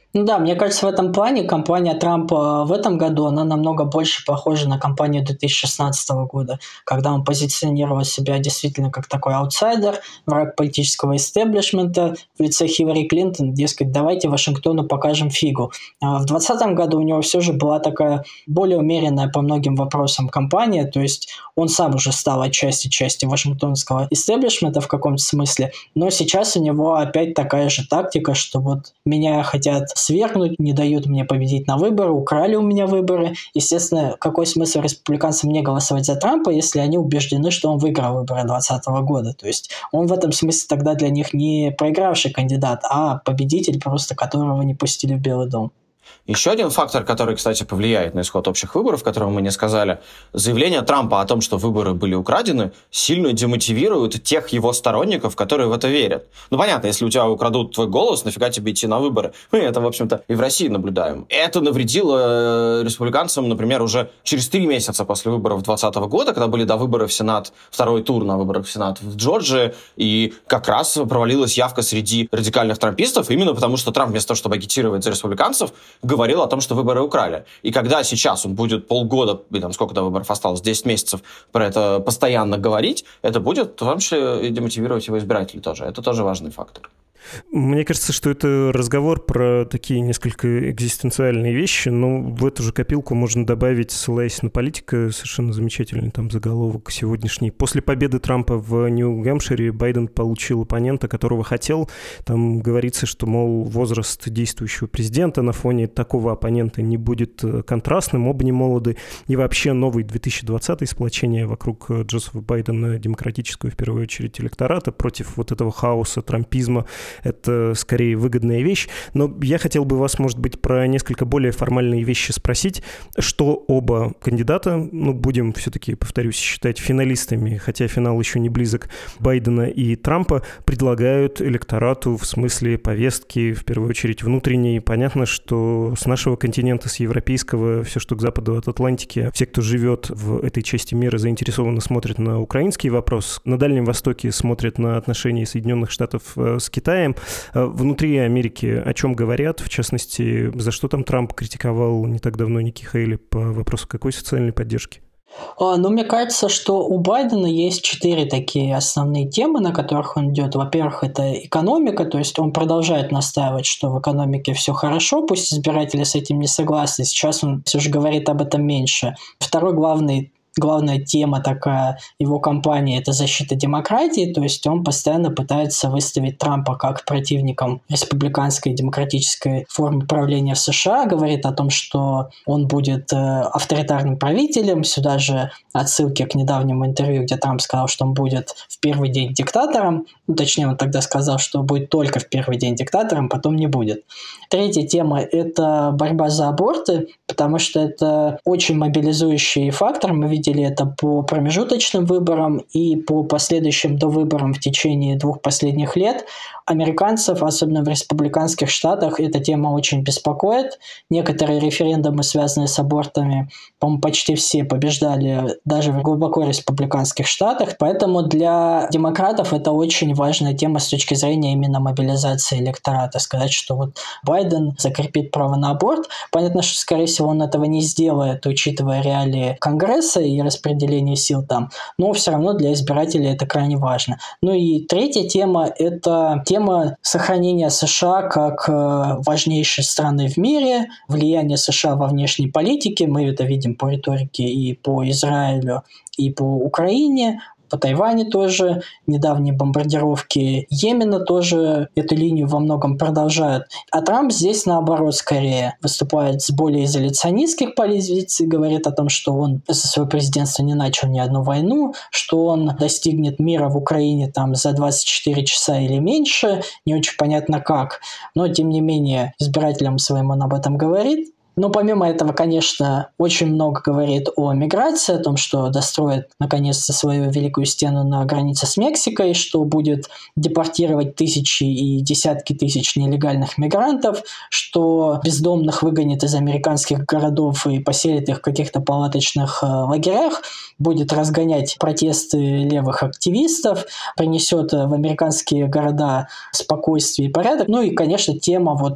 Ну да, мне кажется, в этом плане кампания Трампа в этом году, она намного больше похожа на кампанию две тысячи шестнадцатого года, когда он позиционировал себя действительно как такой аутсайдер, враг политического истеблишмента в лице Хиллари Клинтон, дескать, давайте Вашингтону покажем фигу. А в двадцатом году у него все же была такая более умеренная по многим вопросам кампания, то есть он сам уже стал отчасти частью вашингтонского истеблишмента в каком-то смысле, но сейчас у него опять такая же тактика, что вот меня хотят свергнуть, не дают мне победить на выборы, украли у меня выборы. Естественно, какой смысл республиканцам не голосовать за Трампа, если они убеждены, что он выиграл выборы двадцатого года. То есть он в этом смысле тогда для них не проигравший кандидат, а победитель, просто которого не пустили в Белый дом. Еще один фактор, который, кстати, повлияет на исход общих выборов, которого мы не сказали, заявление Трампа о том, что выборы были украдены, сильно демотивирует тех его сторонников, которые в это верят. Ну, понятно, если у тебя украдут твой голос, нафига тебе идти на выборы? Мы это, в общем-то, и в России наблюдаем. Это навредило республиканцам, например, уже через три месяца после выборов двадцатого года, когда были до выборов в Сенат, второй тур на выборах в Сенат в Джорджии, и как раз провалилась явка среди радикальных трампистов, именно потому что Трамп вместо того, чтобы агитировать за республиканцев, говорил о том, что выборы украли. И когда сейчас он будет полгода, и там сколько до выборов осталось, десять месяцев, про это постоянно говорить, это будет в том числе и демотивировать его избирателей тоже. Это тоже важный фактор. Мне кажется, что это разговор про такие несколько экзистенциальные вещи, но в эту же копилку можно добавить, ссылаясь на политика, совершенно замечательный там заголовок сегодняшний. После победы Трампа в Нью-Гэмпшире Байден получил оппонента, которого хотел. Там говорится, что, мол, возраст действующего президента на фоне такого оппонента не будет контрастным, оба не молоды. И вообще новый две тысячи двадцатый, сплочение вокруг Джозефа Байдена, демократического в первую очередь электората, против вот этого хаоса, трампизма, это скорее выгодная вещь. Но я хотел бы вас, может быть, про несколько более формальные вещи спросить, что оба кандидата, ну, будем все-таки, повторюсь, считать финалистами, хотя финал еще не близок, Байдена и Трампа, предлагают электорату в смысле повестки, в первую очередь внутренней. Понятно, что с нашего континента, с европейского, все, что к западу от Атлантики, все, кто живет в этой части мира, заинтересованно смотрят на украинский вопрос. На Дальнем Востоке смотрят на отношения Соединенных Штатов с Китаем. Внутри Америки о чем говорят? В частности, за что там Трамп критиковал не так давно Ники Хейли по вопросу какой социальной поддержки? Ну, мне кажется, что у Байдена есть четыре такие основные темы, на которых он идет. Во-первых, это экономика, то есть он продолжает настаивать, что в экономике все хорошо, пусть избиратели с этим не согласны. Сейчас он все же говорит об этом меньше. Второй главный Главная тема такая его кампании – это защита демократии, то есть он постоянно пытается выставить Трампа как противником республиканской демократической формы правления в США, говорит о том, что он будет авторитарным правителем, сюда же отсылки к недавнему интервью, где Трамп сказал, что он будет в первый день диктатором, ну, точнее, он тогда сказал, что будет только в первый день диктатором, потом не будет. Третья тема – это борьба за аборты, потому что это очень мобилизующий фактор, мы видим это по промежуточным выборам и по последующим довыборам в течение двух последних лет. Американцев, особенно в республиканских штатах, эта тема очень беспокоит. Некоторые референдумы, связанные с абортами, по-моему, почти все побеждали даже в глубоко республиканских штатах. Поэтому для демократов это очень важная тема с точки зрения именно мобилизации электората. Сказать, что вот Байден закрепит право на аборт. Понятно, что, скорее всего, он этого не сделает, учитывая реалии Конгресса и распределение сил там. Но все равно для избирателей это крайне важно. Ну и третья тема – это тема Тема сохранения США как э, важнейшей страны в мире, влияние США во внешней политике, мы это видим по риторике и по Израилю, и по Украине, по Тайваню тоже, недавние бомбардировки Йемена тоже эту линию во многом продолжают. А Трамп здесь, наоборот, скорее выступает с более изоляционистских позиций, говорит о том, что он за свое президентство не начал ни одну войну, что он достигнет мира в Украине там за двадцать четыре часа или меньше, не очень понятно как, но тем не менее избирателям своим он об этом говорит. Но помимо этого, конечно, очень много говорит о миграции, о том, что достроит наконец-то свою великую стену на границе с Мексикой, что будет депортировать тысячи и десятки тысяч нелегальных мигрантов, что бездомных выгонит из американских городов и поселит их в каких-то палаточных лагерях, будет разгонять протесты левых активистов, принесет в американские города спокойствие и порядок. Ну и, конечно, тема вот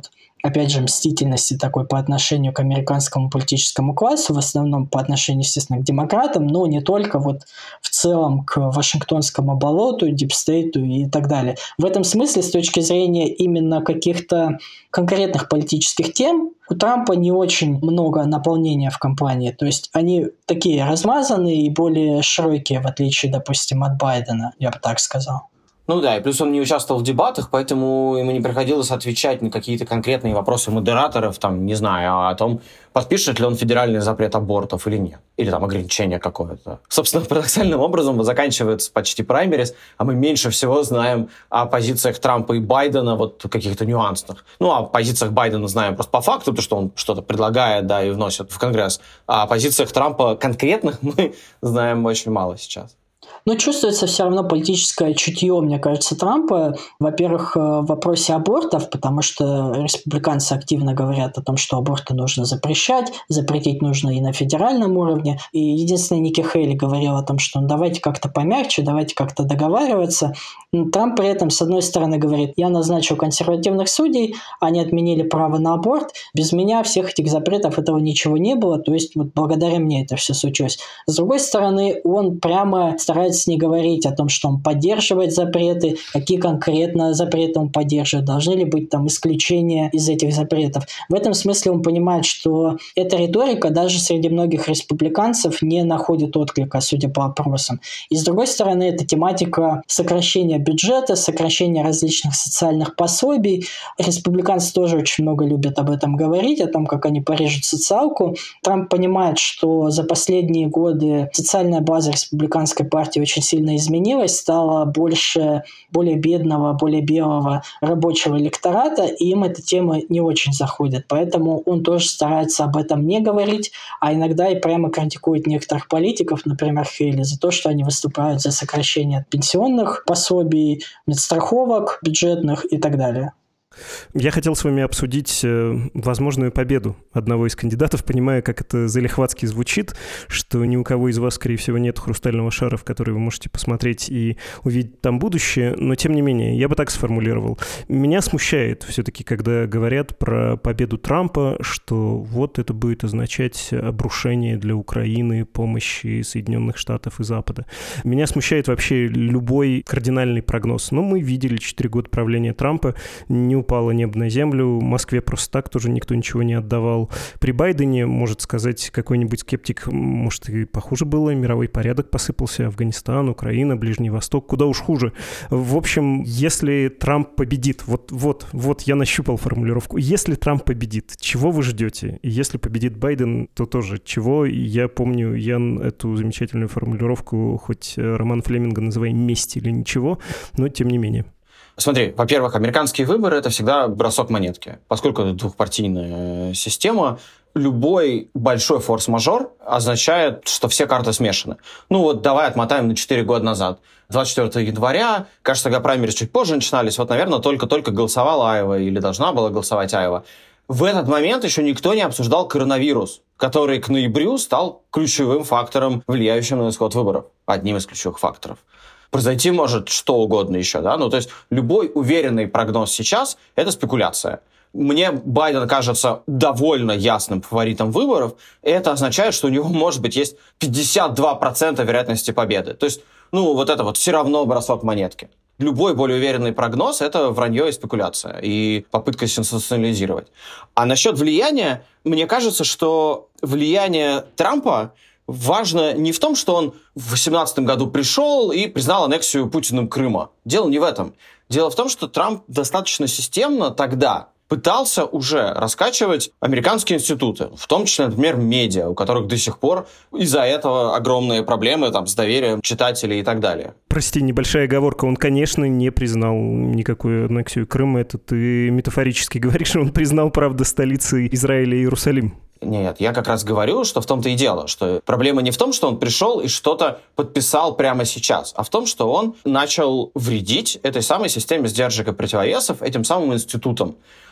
опять же, мстительности такой по отношению к американскому политическому классу, в основном по отношению, естественно, к демократам, но не только, вот в целом к Вашингтонскому болоту, дипстейту и так далее. В этом смысле, с точки зрения именно каких-то конкретных политических тем, у Трампа не очень много наполнения в кампании. То есть они такие размазанные и более широкие, в отличие, допустим, от Байдена, я бы так сказал. Ну да, и плюс он не участвовал в дебатах, поэтому ему не приходилось отвечать на какие-то конкретные вопросы модераторов, там, не знаю, о том, подпишет ли он федеральный запрет абортов или нет. Или там ограничение какое-то. Собственно, парадоксальным образом заканчивается почти праймерис, а мы меньше всего знаем о позициях Трампа и Байдена, вот каких-то нюансах. Ну, о позициях Байдена знаем просто по факту, потому что он что-то предлагает, да, и вносит в Конгресс. А о позициях Трампа конкретных мы знаем очень мало сейчас. Но чувствуется все равно политическое чутье, мне кажется, Трампа. Во-первых, в вопросе абортов, потому что республиканцы активно говорят о том, что аборты нужно запрещать, запретить нужно и на федеральном уровне. И единственное, Ники Хейли говорил о том, что ну, давайте как-то помягче, давайте как-то договариваться. Но Трамп при этом, с одной стороны, говорит, я назначил консервативных судей, они отменили право на аборт, без меня всех этих запретов этого ничего не было, то есть вот благодаря мне это все случилось. С другой стороны, он прямо старается не говорить о том, что он поддерживает запреты, какие конкретно запреты он поддерживает, должны ли быть там исключения из этих запретов. В этом смысле он понимает, что эта риторика даже среди многих республиканцев не находит отклика, судя по опросам. И с другой стороны, это тематика сокращения бюджета, сокращения различных социальных пособий. Республиканцы тоже очень много любят об этом говорить, о том, как они порежут социалку. Трамп понимает, что за последние годы социальная база республиканской партии очень сильно изменилась, стало больше более бедного, более белого рабочего электората, и им эта тема не очень заходит. Поэтому он тоже старается об этом не говорить, а иногда и прямо критикует некоторых политиков, например, Хейли, за то, что они выступают за сокращение пенсионных пособий, медстраховок бюджетных и так далее. Я хотел с вами обсудить э, возможную победу одного из кандидатов, понимая, как это залихватски звучит, что ни у кого из вас, скорее всего, нет хрустального шара, в который вы можете посмотреть и увидеть там будущее, но тем не менее, я бы так сформулировал. Меня смущает все-таки, когда говорят про победу Трампа, что вот это будет означать обрушение для Украины, помощи Соединенных Штатов и Запада. Меня смущает вообще любой кардинальный прогноз. Но мы видели четыре года правления Трампа, не упало небо на землю, в Москве просто так тоже никто ничего не отдавал. При Байдене, может сказать какой-нибудь скептик, может и похуже было, мировой порядок посыпался, Афганистан, Украина, Ближний Восток, куда уж хуже. В общем, если Трамп победит, вот, вот, вот я нащупал формулировку, если Трамп победит, чего вы ждете? И если победит Байден, то тоже чего? Я помню, я эту замечательную формулировку, хоть Роман Флеминга называй месть или ничего, но тем не менее. Смотри, во-первых, американские выборы – это всегда бросок монетки. Поскольку это двухпартийная система, любой большой форс-мажор означает, что все карты смешаны. Ну вот давай отмотаем на четыре года назад. двадцать четвёртого января, кажется, тогда праймерис чуть позже начинались, вот, наверное, только-только голосовала Айова или должна была голосовать Айова. В этот момент еще никто не обсуждал коронавирус, который к ноябрю стал ключевым фактором, влияющим на исход выборов. Одним из ключевых факторов. Произойти может что угодно еще, да? Ну, то есть любой уверенный прогноз сейчас – это спекуляция. Мне Байден кажется довольно ясным фаворитом выборов, и это означает, что у него, может быть, есть пятьдесят два процента вероятности победы. То есть, ну, вот это вот все равно бросок монетки. Любой более уверенный прогноз – это вранье и спекуляция, и попытка сенсационализировать. А насчет влияния, мне кажется, что влияние Трампа важно не в том, что он в две тысячи восемнадцатом году пришел и признал аннексию Путиным Крыма. Дело не в этом. Дело в том, что Трамп достаточно системно тогда пытался уже раскачивать американские институты, в том числе, например, медиа, у которых до сих пор из-за этого огромные проблемы там, с доверием читателей и так далее. Прости, небольшая оговорка. Он, конечно, не признал никакую аннексию Крыма. Это ты метафорически говоришь. Он признал, правда, столицей Израиля Иерусалим. Нет, я как раз говорю, что в том-то и дело, что проблема не в том, что он пришел и что-то подписал прямо сейчас, а в том, что он начал вредить этой самой системе сдержек и противовесов, этим самым институтам.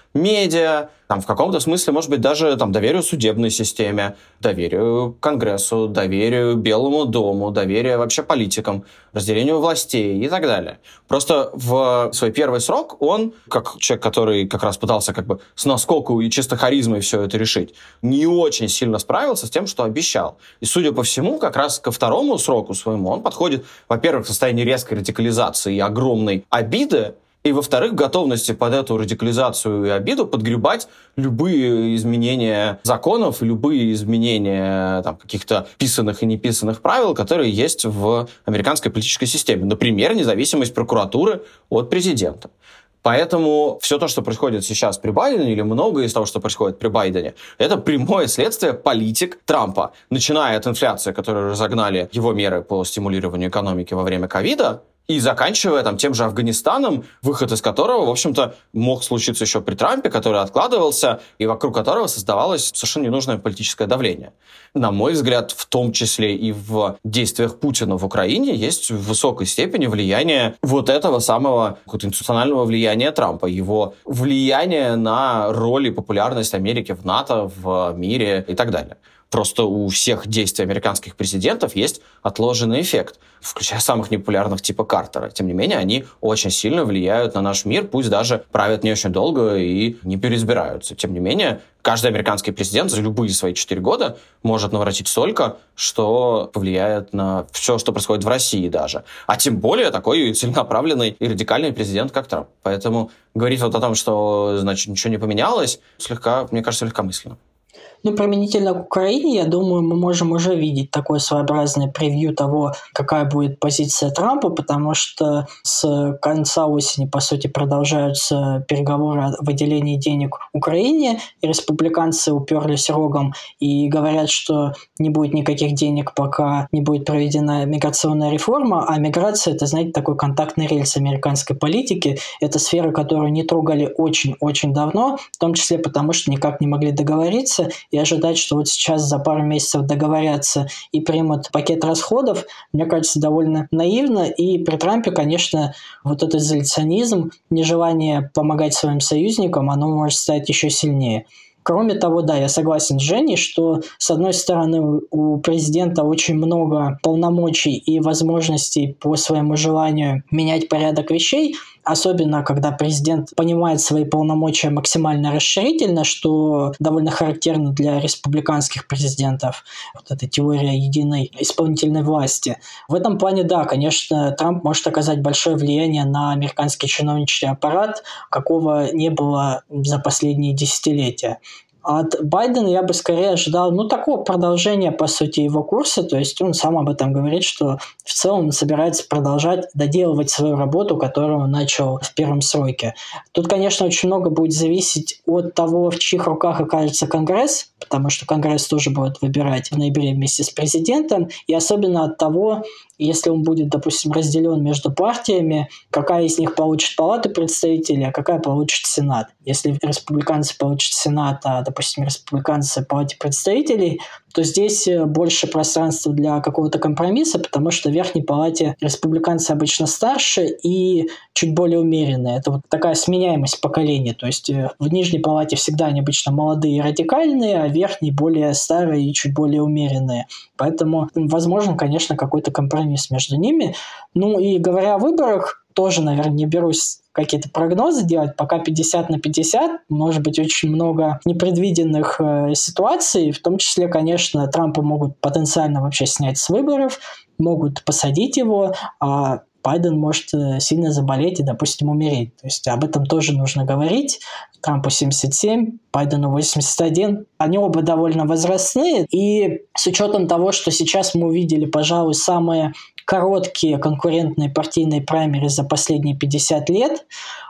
медиа, там, в каком-то смысле, может быть, даже там, доверию судебной системе, доверию Конгрессу, доверию Белому дому, доверию вообще политикам, разделению властей и так далее. Просто в свой первый срок он, как человек, который как раз пытался как бы с наскоку и чисто харизмой все это решить, не очень сильно справился с тем, что обещал. И, судя по всему, как раз ко второму сроку своему он подходит, во-первых, в состоянии резкой радикализации и огромной обиды, и, во-вторых, готовности под эту радикализацию и обиду подгребать любые изменения законов, любые изменения там, каких-то писанных и неписанных правил, которые есть в американской политической системе. Например, независимость прокуратуры от президента. Поэтому все то, что происходит сейчас при Байдене, или многое из того, что происходит при Байдене, это прямое следствие политик Трампа. Начиная от инфляции, которую разогнали его меры по стимулированию экономики во время ковида, и заканчивая там, тем же Афганистаном, выход из которого, в общем-то, мог случиться еще при Трампе, который откладывался, и вокруг которого создавалось совершенно ненужное политическое давление. На мой взгляд, в том числе и в действиях Путина в Украине есть в высокой степени влияние вот этого самого институционального влияния Трампа, его влияние на роль и популярность Америки в НАТО, в мире и так далее. Просто у всех действий американских президентов есть отложенный эффект, включая самых непопулярных типа Картера. Тем не менее, они очень сильно влияют на наш мир, пусть даже правят не очень долго и не переизбираются. Тем не менее, каждый американский президент за любые свои четыре года может наворотить столько, что повлияет на все, что происходит в России даже. А тем более такой целенаправленный и радикальный президент, как Трамп. Поэтому говорить вот о том, что, значит, ничего не поменялось, слегка, мне кажется, легкомысленно. Ну, применительно к Украине, я думаю, мы можем уже видеть такое своеобразное превью того, какая будет позиция Трампа, потому что с конца осени, по сути, продолжаются переговоры о выделении денег Украине, и республиканцы уперлись рогом и говорят, что не будет никаких денег, пока не будет проведена миграционная реформа, а миграция – это, знаете, такой контактный рельс американской политики, это сфера, которую не трогали очень-очень давно, в том числе потому, что никак не могли договориться, и ожидать, что вот сейчас за пару месяцев договорятся и примут пакет расходов, мне кажется, довольно наивно. И при Трампе, конечно, вот этот изоляционизм, нежелание помогать своим союзникам, оно может стать еще сильнее. Кроме того, да, я согласен с Женей, что, с одной стороны, у президента очень много полномочий и возможностей по своему желанию менять порядок вещей, особенно когда президент понимает свои полномочия максимально расширительно, что довольно характерно для республиканских президентов, вот эта теория единой исполнительной власти. В этом плане, да, конечно, Трамп может оказать большое влияние на американский чиновничий аппарат, какого не было за последние десятилетия. От Байдена я бы скорее ожидал, ну, такого продолжения, по сути, его курса, то есть он сам об этом говорит, что в целом он собирается продолжать доделывать свою работу, которую он начал в первом сроке. Тут, конечно, очень много будет зависеть от того, в чьих руках окажется Конгресс, потому что Конгресс тоже будет выбирать в ноябре вместе с президентом, и особенно от того, если он будет, допустим, разделен между партиями, какая из них получит Палату представителей, а какая получит Сенат. Если республиканцы получат Сенат, а, допустим, республиканцы Палате представителей, то здесь больше пространства для какого-то компромисса, потому что в Верхней Палате республиканцы обычно старше и чуть более умеренные. Это вот такая сменяемость поколений. То есть в Нижней Палате всегда они обычно молодые и радикальные, а в Верхней более старые и чуть более умеренные. Поэтому возможен, конечно, какой-то компромисс между ними. Ну и говоря о выборах, тоже, наверное, не берусь какие-то прогнозы делать, пока пятьдесят на пятьдесят, может быть, очень много непредвиденных э, ситуаций, в том числе, конечно, Трампа могут потенциально вообще снять с выборов, могут посадить его, а Байден может сильно заболеть и, допустим, умереть. То есть об этом тоже нужно говорить. Трампу семьдесят семь, Байдену восемьдесят один. Они оба довольно возрастные. И с учетом того, что сейчас мы увидели, пожалуй, самые короткие конкурентные партийные праймерис за последние пятьдесят лет,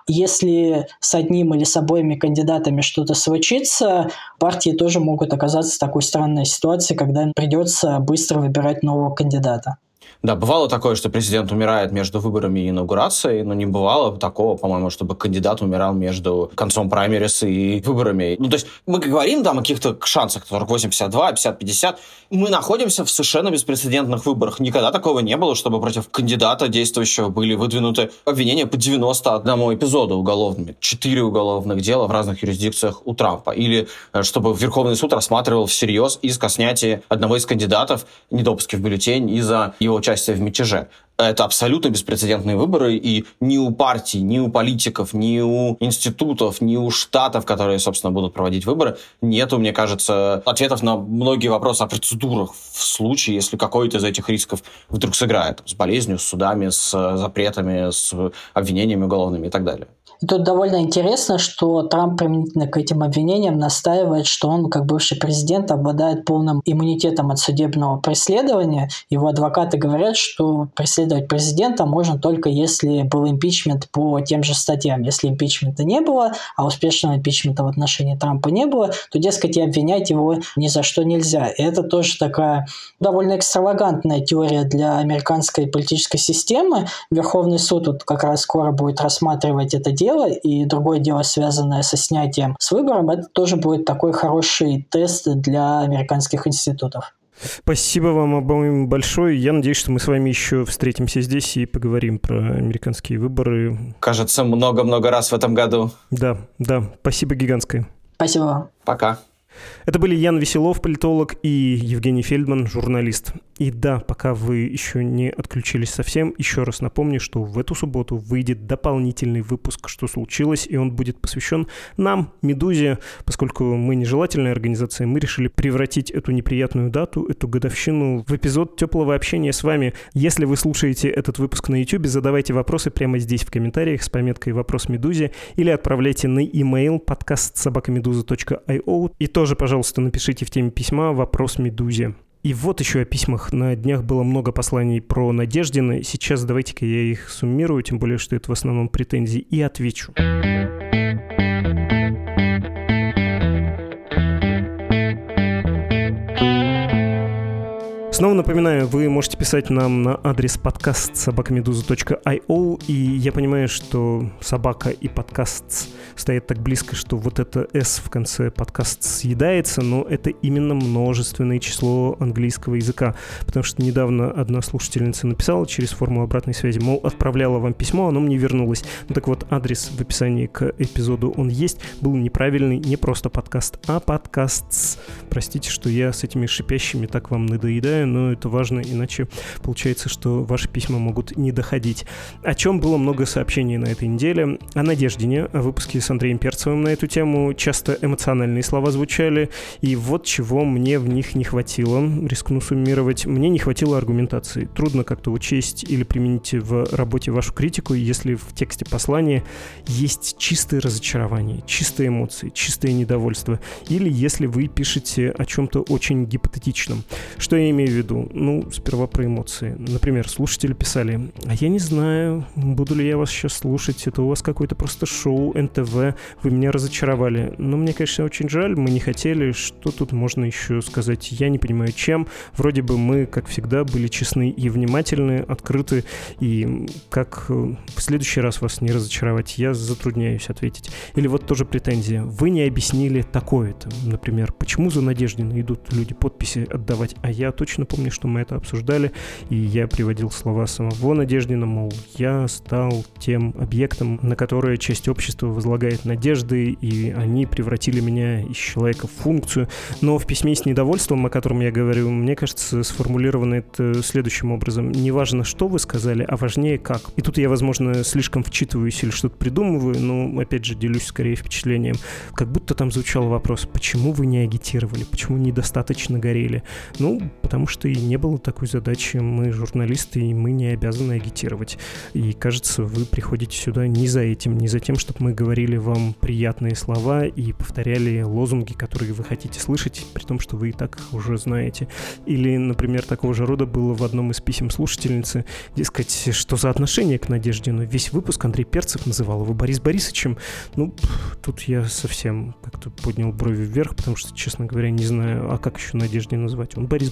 если с одним или с обоими кандидатами что-то случится, партии тоже могут оказаться в такой странной ситуации, когда им придется быстро выбирать нового кандидата. Да, бывало такое, что президент умирает между выборами и инаугурацией, но не бывало такого, по-моему, чтобы кандидат умирал между концом праймерис и выборами. Ну, то есть мы говорим там о каких-то шансах, сорок восемь пятьдесят два, пятьдесят пятьдесят. Мы находимся в совершенно беспрецедентных выборах. Никогда такого не было, чтобы против кандидата действующего были выдвинуты обвинения по девяносто одному эпизоду уголовными. Четыре уголовных дела в разных юрисдикциях у Трампа. Или чтобы Верховный суд рассматривал всерьез иск о снятии одного из кандидатов, недопуски в бюллетень из-за его участия в мятеже. Это абсолютно беспрецедентные выборы, и ни у партий, ни у политиков, ни у институтов, ни у штатов, которые, собственно, будут проводить выборы, нету, мне кажется, ответов на многие вопросы о процедурах в случае, если какой-то из этих рисков вдруг сыграет. С болезнью, с судами, с запретами, с обвинениями уголовными и так далее. И тут довольно интересно, что Трамп применительно к этим обвинениям настаивает, что он, как бывший президент, обладает полным иммунитетом от судебного преследования. Его адвокаты говорят, что преследовать президента можно только если был импичмент по тем же статьям. Если импичмента не было, а успешного импичмента в отношении Трампа не было, то, дескать, и обвинять его ни за что нельзя. И это тоже такая довольно экстравагантная теория для американской политической системы. Верховный суд вот как раз скоро будет рассматривать это дело, и другое дело, связанное со снятием с выбором, это тоже будет такой хороший тест для американских институтов. Спасибо вам обоим большое. Я надеюсь, что мы с вами еще встретимся здесь и поговорим про американские выборы. Кажется, много-много раз в этом году. Да, да. Спасибо гигантское. Спасибо вам. Пока. Это были Ян Веселов, политолог, и Евгений Фельдман, журналист. И да, пока вы еще не отключились совсем, еще раз напомню, что в эту субботу выйдет дополнительный выпуск «Что случилось?», и он будет посвящен нам, «Медузе». Поскольку мы нежелательная организация, мы решили превратить эту неприятную дату, эту годовщину, в эпизод теплого общения с вами. Если вы слушаете этот выпуск на YouTube, задавайте вопросы прямо здесь в комментариях с пометкой «Вопрос Медузе» или отправляйте на e-mail подкаст собака медуза точка ай о и тоже, пожалуйста, напишите в теме письма «Вопрос Медузе». И вот еще о письмах. На днях было много посланий про Надеждина. Сейчас давайте-ка я их суммирую, тем более, что это в основном претензии, и отвечу. Снова напоминаю, вы можете писать нам на адрес подкаст собака медуза точка ай о, и я понимаю, что собака и подкаст стоят так близко, что вот это «с» в конце подкаст съедается, но это именно множественное число английского языка, потому что недавно одна слушательница написала через форму обратной связи, мол, отправляла вам письмо, оно мне вернулось. Ну так вот, адрес в описании к эпизоду он есть, был неправильный, не просто подкаст, а подкаст. Простите, что я с этими шипящими так вам надоедаю, но это важно, иначе получается, что ваши письма могут не доходить. О чем было много сообщений на этой неделе? О Надеждине, о выпуске с Андреем Перцевым на эту тему. Часто эмоциональные слова звучали, и вот чего мне в них не хватило. Рискну суммировать. Мне не хватило аргументации. Трудно как-то учесть или применить в работе вашу критику, если в тексте послания есть чистое разочарование, чистые эмоции, чистое недовольство, или если вы пишете о чем-то очень гипотетичном. Что я имею в виду? Ну, сперва про эмоции. Например, слушатели писали: а я не знаю, буду ли я вас сейчас слушать, это у вас какое-то просто шоу, эн тэ вэ, вы меня разочаровали. Но мне, конечно, очень жаль, мы не хотели, что тут можно еще сказать, я не понимаю, чем. Вроде бы мы, как всегда, были честны и внимательны, открыты, и как в следующий раз вас не разочаровать, я затрудняюсь ответить. Или вот тоже претензия: вы не объяснили такое-то. Например, почему за Надеждина идут люди подписи отдавать, а я точно помню, что мы это обсуждали, и я приводил слова самого Надеждина, мол, я стал тем объектом, на которое часть общества возлагает надежды, и они превратили меня из человека в функцию. Но в письме с недовольством, о котором я говорю, мне кажется, сформулировано это следующим образом: не важно, что вы сказали, а важнее как. И тут я, возможно, слишком вчитываюсь или что-то придумываю, но, опять же, делюсь скорее впечатлением. Как будто там звучал вопрос: почему вы не агитировали, почему недостаточно горели? Ну, потому что и не было такой задачи. Мы журналисты, и мы не обязаны агитировать. И, кажется, вы приходите сюда не за этим, не за тем, чтобы мы говорили вам приятные слова и повторяли лозунги, которые вы хотите слышать, при том, что вы и так их уже знаете. Или, например, такого же рода было в одном из писем слушательницы, дескать, что за отношение к Надеждину. Весь выпуск Андрей Перцев называл его Борис Борисовичем. Ну, тут я совсем как-то поднял брови вверх, потому что, честно говоря, не знаю, а как еще Надеждина назвать. Он Борис Борисович.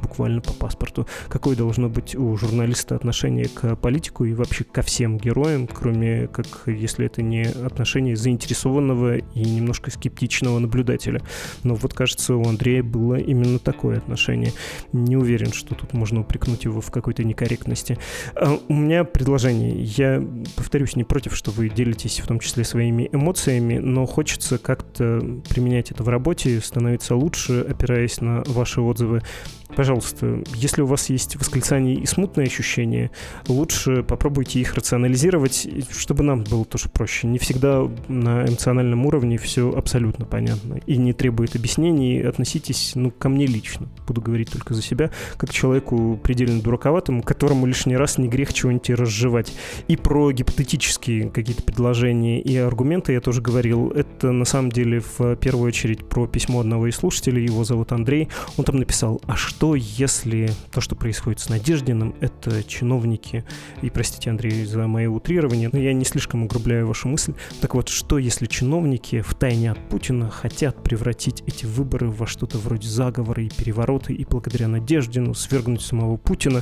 буквально по паспорту. Какое должно быть у журналиста отношение к политику и вообще ко всем героям, кроме как, если это не отношение заинтересованного и немножко скептичного наблюдателя. Но вот, кажется, у Андрея было именно такое отношение. Не уверен, что тут можно упрекнуть его в какой-то некорректности. А у меня предложение. Я, повторюсь, не против, что вы делитесь в том числе своими эмоциями, но хочется как-то применять это в работе, становиться лучше, опираясь на ваши отзывы. Пожалуйста, если у вас есть восклицания и смутные ощущения, лучше попробуйте их рационализировать, чтобы нам было тоже проще. Не всегда на эмоциональном уровне все абсолютно понятно и не требует объяснений. Относитесь, ну, ко мне лично, буду говорить только за себя, как к человеку предельно дураковатому, которому лишний раз не грех чего-нибудь разжевать. И про гипотетические какие-то предложения и аргументы я тоже говорил. Это на самом деле в первую очередь про письмо одного из слушателей, его зовут Андрей. Он там написал: а что Что, если то, что происходит с Надеждиным, это чиновники, и простите, Андрей, за мое утрирование, но я не слишком углубляю вашу мысль. Так вот, что если чиновники втайне от Путина хотят превратить эти выборы во что-то вроде заговора и переворота, и благодаря Надеждину свергнуть самого Путина?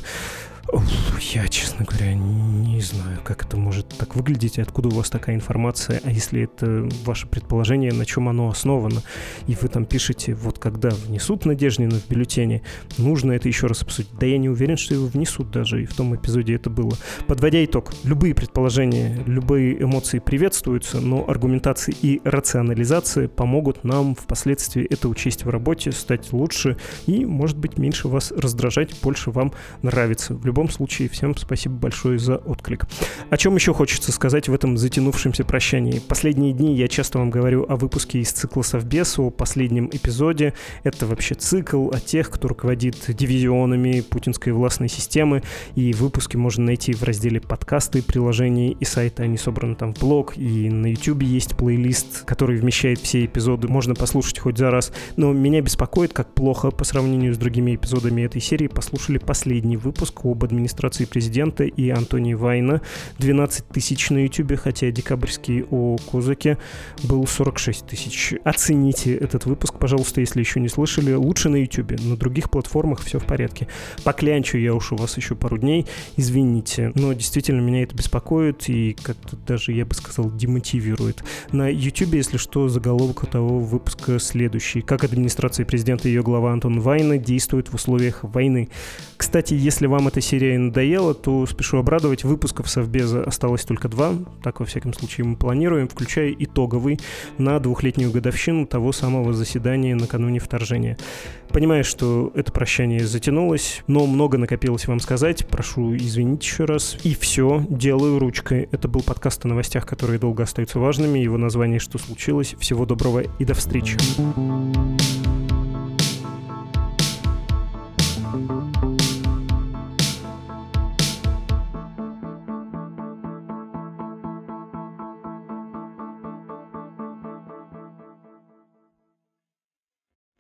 Уф, я, честно говоря, не знаю, как это может так выглядеть, и откуда у вас такая информация, а если это ваше предположение, на чем оно основано, и вы там пишете, вот когда внесут Надеждина в бюллетени, нужно это еще раз обсудить. Да я не уверен, что его внесут даже, и в том эпизоде это было. Подводя итог, любые предположения, любые эмоции приветствуются, но аргументация и рационализация помогут нам впоследствии это учесть в работе, стать лучше и, может быть, меньше вас раздражать, больше вам нравится. В любом случае, всем спасибо большое за отклик. О чем еще хочется сказать в этом затянувшемся прощании? Последние дни я часто вам говорю о выпуске из цикла Совбез, о последнем эпизоде. Это вообще цикл о тех, кто руководит дивизионами путинской властной системы. И выпуски можно найти в разделе подкасты, приложений и сайта. Они собраны там в блог. И на YouTube есть плейлист, который вмещает все эпизоды. Можно послушать хоть за раз. Но меня беспокоит, как плохо по сравнению с другими эпизодами этой серии послушали последний выпуск об администрации президента и Антонии Вайна. двенадцать тысяч на Ютубе, хотя декабрьский о Козаке был сорок шесть тысяч. Оцените этот выпуск, пожалуйста, если еще не слышали. Лучше на Ютубе, на других платформах все в порядке. Поклянчу я уж у вас еще пару дней, извините, но действительно меня это беспокоит и как-то даже, я бы сказал, демотивирует. На Ютубе, если что, заголовок того выпуска следующий: как администрация президента и ее глава Антон Вайна действует в условиях войны. Кстати, если вам эта серия надоела, то спешу обрадовать, выпусков Совбеза осталось только два, так во всяком случае мы планируем, включая итоговый на двухлетнюю годовщину того самого заседания накануне вторжения. Понимаю, что это прощание затянулось, но много накопилось вам сказать, прошу извинить еще раз. И все, делаю ручкой. Это был подкаст о новостях, которые долго остаются важными, его название «Что случилось?». Всего доброго и до встречи. Thank you.